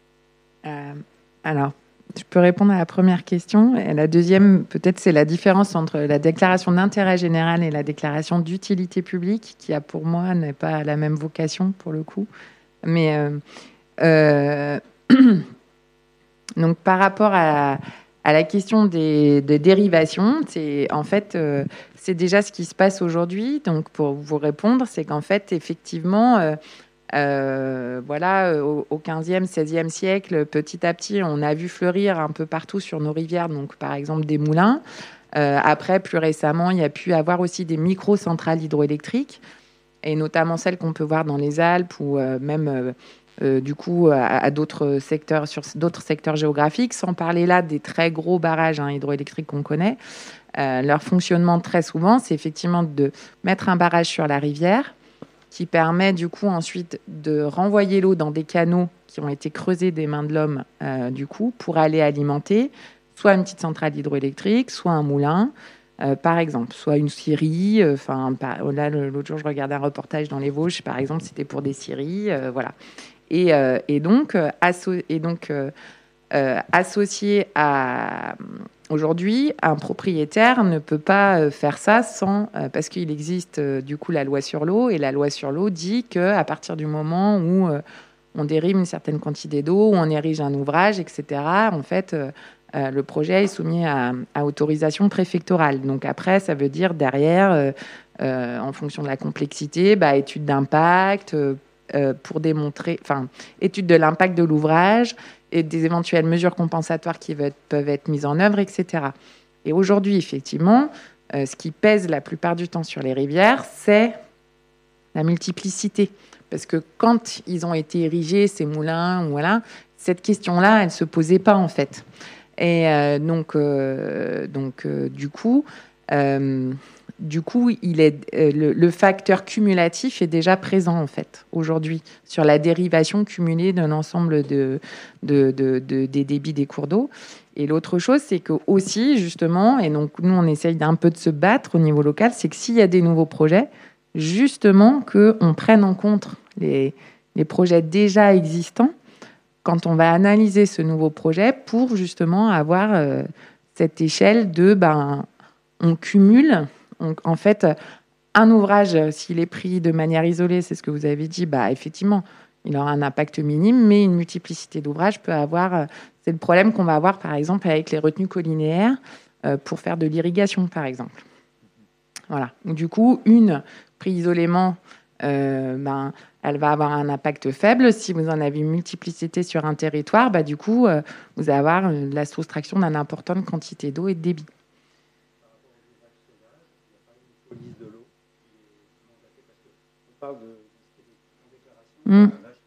D: Euh, alors, je peux répondre à la première question. Et la deuxième, peut-être, c'est la différence entre la déclaration d'intérêt général et la déclaration d'utilité publique, qui, a, pour moi, n'est pas la même vocation, pour le coup. Mais, euh, euh, donc, par rapport à... À la question des, des dérivations, c'est en fait euh, c'est déjà ce qui se passe aujourd'hui. Donc pour vous répondre, c'est qu'en fait effectivement, euh, euh, voilà, au, au quinzième, seizième siècle, petit à petit, on a vu fleurir un peu partout sur nos rivières, donc par exemple des moulins. Euh, après, plus récemment, il y a pu avoir aussi des micro-centrales hydroélectriques, et notamment celles qu'on peut voir dans les Alpes ou euh, même euh, Euh, du coup, à, à d'autres secteurs, sur d'autres secteurs géographiques, sans parler là des très gros barrages hein, hydroélectriques qu'on connaît. Euh, leur fonctionnement, très souvent, c'est effectivement de mettre un barrage sur la rivière qui permet du coup ensuite de renvoyer l'eau dans des canaux qui ont été creusés des mains de l'homme, euh, du coup, pour aller alimenter soit une petite centrale hydroélectrique, soit un moulin, euh, par exemple, soit une scierie. Enfin, euh, là, l'autre jour, je regardais un reportage dans les Vosges, par exemple, c'était pour des scieries, euh, voilà. Et, euh, et donc, euh, asso- et donc euh, euh, associé à... Aujourd'hui, un propriétaire ne peut pas euh, faire ça sans... Euh, parce qu'il existe, euh, du coup, la loi sur l'eau. Et la loi sur l'eau dit qu'à partir du moment où euh, on dérive une certaine quantité d'eau, où on érige un ouvrage, et cetera, en fait, euh, euh, le projet est soumis à, à autorisation préfectorale. Donc après, ça veut dire derrière, euh, euh, en fonction de la complexité, bah, étude d'impact... Euh, Euh, pour démontrer, enfin, étude de l'impact de l'ouvrage et des éventuelles mesures compensatoires qui veut, peuvent être mises en œuvre, et cetera. Et aujourd'hui, effectivement, euh, ce qui pèse la plupart du temps sur les rivières, c'est la multiplicité. Parce que quand ils ont été érigés, ces moulins, voilà, cette question-là, elle ne se posait pas, en fait. Et euh, donc, euh, donc euh, du coup... Euh, Du coup, il est, euh, le, le facteur cumulatif est déjà présent, en fait, aujourd'hui, sur la dérivation cumulée d'un ensemble de, de, de, de, des débits des cours d'eau. Et l'autre chose, c'est que aussi, justement, et donc nous, on essaye d'un peu de se battre au niveau local, c'est que s'il y a des nouveaux projets, justement, qu'on prenne en compte les, les projets déjà existants quand on va analyser ce nouveau projet pour justement avoir euh, cette échelle de, ben, on cumule, on, en fait, un ouvrage, s'il est pris de manière isolée, c'est ce que vous avez dit, bah, effectivement, il aura un impact minime, mais une multiplicité d'ouvrages peut avoir... C'est le problème qu'on va avoir, par exemple, avec les retenues collinéaires euh, pour faire de l'irrigation, par exemple. Voilà. Du coup, une prise isolément, euh, ben, elle va avoir un impact faible. Si vous en avez une multiplicité sur un territoire, bah, du coup, euh, vous allez avoir euh, la soustraction d'une importante quantité d'eau et de débit. Mmh.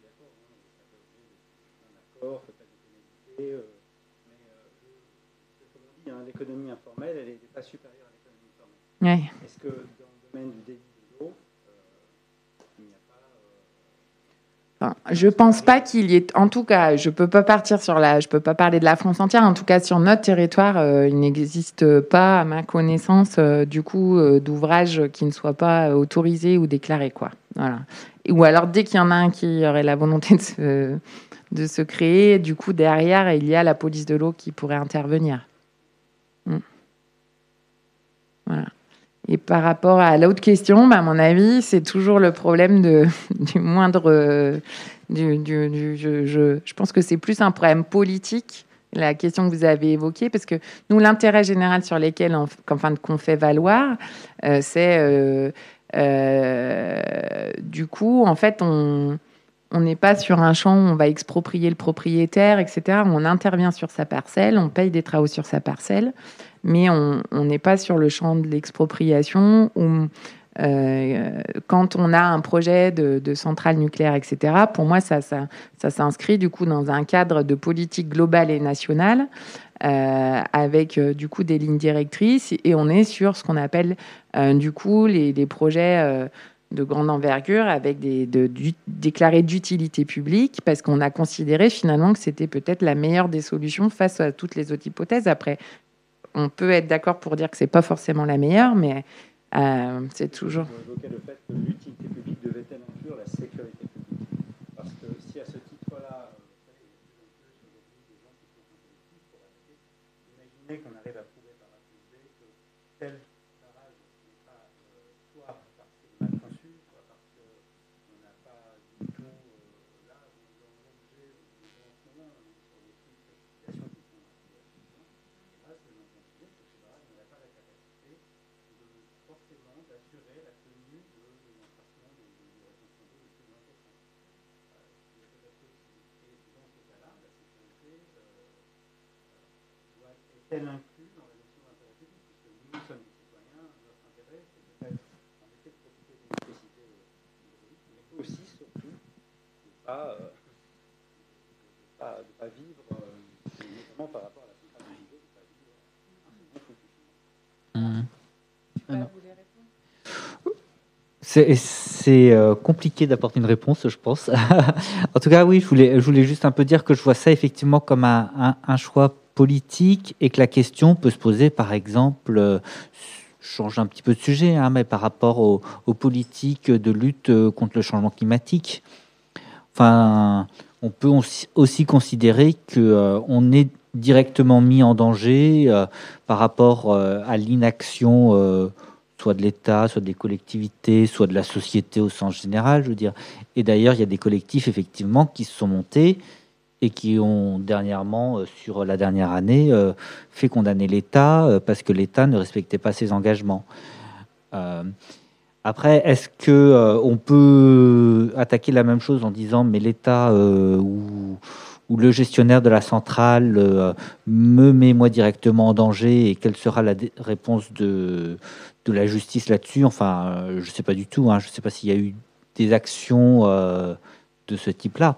H: L'économie informelle, elle n'est pas supérieure à l'économie formelle.
D: Ouais.
H: Est-ce que dans le domaine du débit de l'eau, euh, il n'y a pas... Euh...
D: Enfin, je ne pense pas qu'il y ait... En tout cas, je ne peux pas partir sur la... Je peux pas parler de la France entière. En tout cas, sur notre territoire, euh, il n'existe pas, à ma connaissance, euh, du coup, euh, d'ouvrages qui ne soient pas autorisés ou déclarés, quoi. Voilà. Ou alors, dès qu'il y en a un qui aurait la volonté de se, de se créer, du coup, derrière, il y a la police de l'eau qui pourrait intervenir. Mmh. Voilà. Et par rapport à l'autre question, bah, à mon avis, c'est toujours le problème de, du moindre... Euh, du, du, du, je, je, je pense que c'est plus un problème politique, la question que vous avez évoquée, parce que nous, l'intérêt général sur lesquels on, enfin, qu'on fait valoir, euh, c'est... Euh, euh, du coup, en fait, on... On n'est pas sur un champ où on va exproprier le propriétaire, et cetera. On intervient sur sa parcelle, on paye des travaux sur sa parcelle, mais on n'est pas sur le champ de l'expropriation où, euh, quand on a un projet de, de centrale nucléaire, et cetera, pour moi, ça, ça, ça s'inscrit du coup dans un cadre de politique globale et nationale euh, avec euh, du coup des lignes directrices et on est sur ce qu'on appelle euh, du coup les, les projets... Euh, de grande envergure avec des de, du, déclarés d'utilité publique parce qu'on a considéré finalement que c'était peut-être la meilleure des solutions face à toutes les autres hypothèses. Après, on peut être d'accord pour dire que c'est pas forcément la meilleure, mais euh, c'est toujours...
H: Vous évoquez le fait que l'utilité publique devait-elle inclure la sécurité publique. Parce que si à ce titre-là, imaginez qu'on arrive à prouver par A plus B que tel barrage n'est pas euh, soit parce que c'est mal conçu, soit parce qu'on n'a pas du tout euh, là où on est obligé en ce moment on est sur des précipitations qui sont insuffisants. Et là, ce que l'on considère, c'est que ce barrage n'aurait pas la capacité de forcément d'assurer la tenue de l'encrassement de la rétention d'eau le plus important. Euh, et dans ce cas-là, la sécurité euh, doit est-elle inclue dans la notion d'intérêt public, puisque nous sommes des citoyens, notre intérêt, c'est peut-être en effet de profiter de l'électricité hydraulique, mais aussi, surtout, de ne pas, euh, de pas, de pas vivre, euh, notamment par rapport à la centrale de Vigo, de ne pas vivre un second Fukushima.
G: Mmh.
D: Tu vas vous les répondre ?
G: C'est, c'est euh, compliqué d'apporter une réponse, je pense. En tout cas, oui, je voulais, je voulais juste un peu dire que je vois ça effectivement comme un, un, un choix politique et que la question peut se poser, par exemple, euh, change un petit peu de sujet, hein, mais par rapport aux, aux politiques de lutte contre le changement climatique. Enfin, on peut aussi, aussi considérer que euh, on est directement mis en danger euh, par rapport euh, à l'inaction euh, soit de l'État, soit des collectivités, soit de la société au sens général, je veux dire. Et d'ailleurs, il y a des collectifs, effectivement, qui se sont montés et qui ont dernièrement, euh, sur la dernière année, euh, fait condamner l'État euh, parce que l'État ne respectait pas ses engagements. Euh, après, est-ce que euh, on peut attaquer la même chose en disant mais l'État euh, ou, ou le gestionnaire de la centrale euh, me met moi directement en danger et quelle sera la dé- réponse de de la justice là-dessus? Enfin, euh, je ne sais pas du tout. Hein, je ne sais pas s'il y a eu des actions euh, de ce type-là.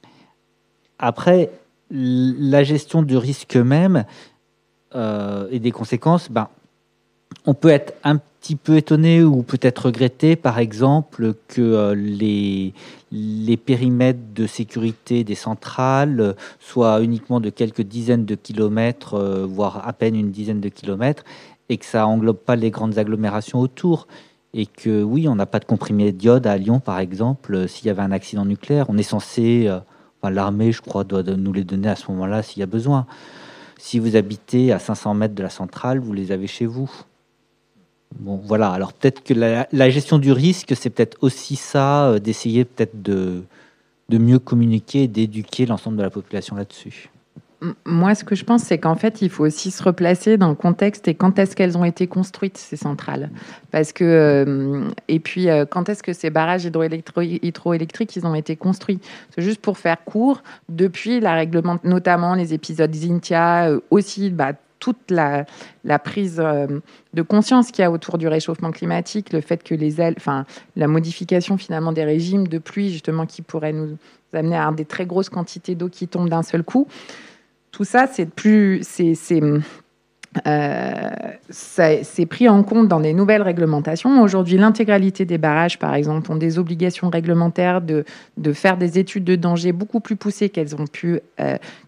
G: Après, la gestion du risque même euh, et des conséquences, ben, on peut être un petit peu étonné ou peut-être regretter, par exemple, que euh, les, les périmètres de sécurité des centrales soient uniquement de quelques dizaines de kilomètres, euh, voire à peine une dizaine de kilomètres, et que ça englobe pas les grandes agglomérations autour. et que oui, on n'a pas de comprimé d'iode à Lyon, par exemple, euh, s'il y avait un accident nucléaire. On est censé, euh, enfin, l'armée, je crois, doit nous les donner à ce moment-là s'il y a besoin. Si vous habitez à cinq cents mètres de la centrale, vous les avez chez vous. Bon, voilà. Alors peut-être que la, la gestion du risque, c'est peut-être aussi ça, euh, d'essayer peut-être de, de mieux communiquer et d'éduquer l'ensemble de la population là-dessus.
D: Moi, ce que je pense, c'est qu'en fait, il faut aussi se replacer dans le contexte et quand est-ce qu'elles ont été construites, ces centrales. Parce que, euh, et puis, euh, quand est-ce que ces barrages hydroélectro- hydroélectriques, ils ont été construits. C'est juste pour faire court, depuis la réglemente, notamment les épisodes Xynthia, euh, aussi, bah, toute la, la prise euh, de conscience qu'il y a autour du réchauffement climatique, le fait que les ailes, enfin, la modification finalement des régimes de pluie, justement, qui pourraient nous amener à des très grosses quantités d'eau qui tombent d'un seul coup. Tout ça, c'est plus, c'est, c'est, euh, c'est, c'est pris en compte dans des nouvelles réglementations. Aujourd'hui, l'intégralité des barrages, par exemple, ont des obligations réglementaires de, de faire des études de danger beaucoup plus poussées qu'elles ont pu, euh,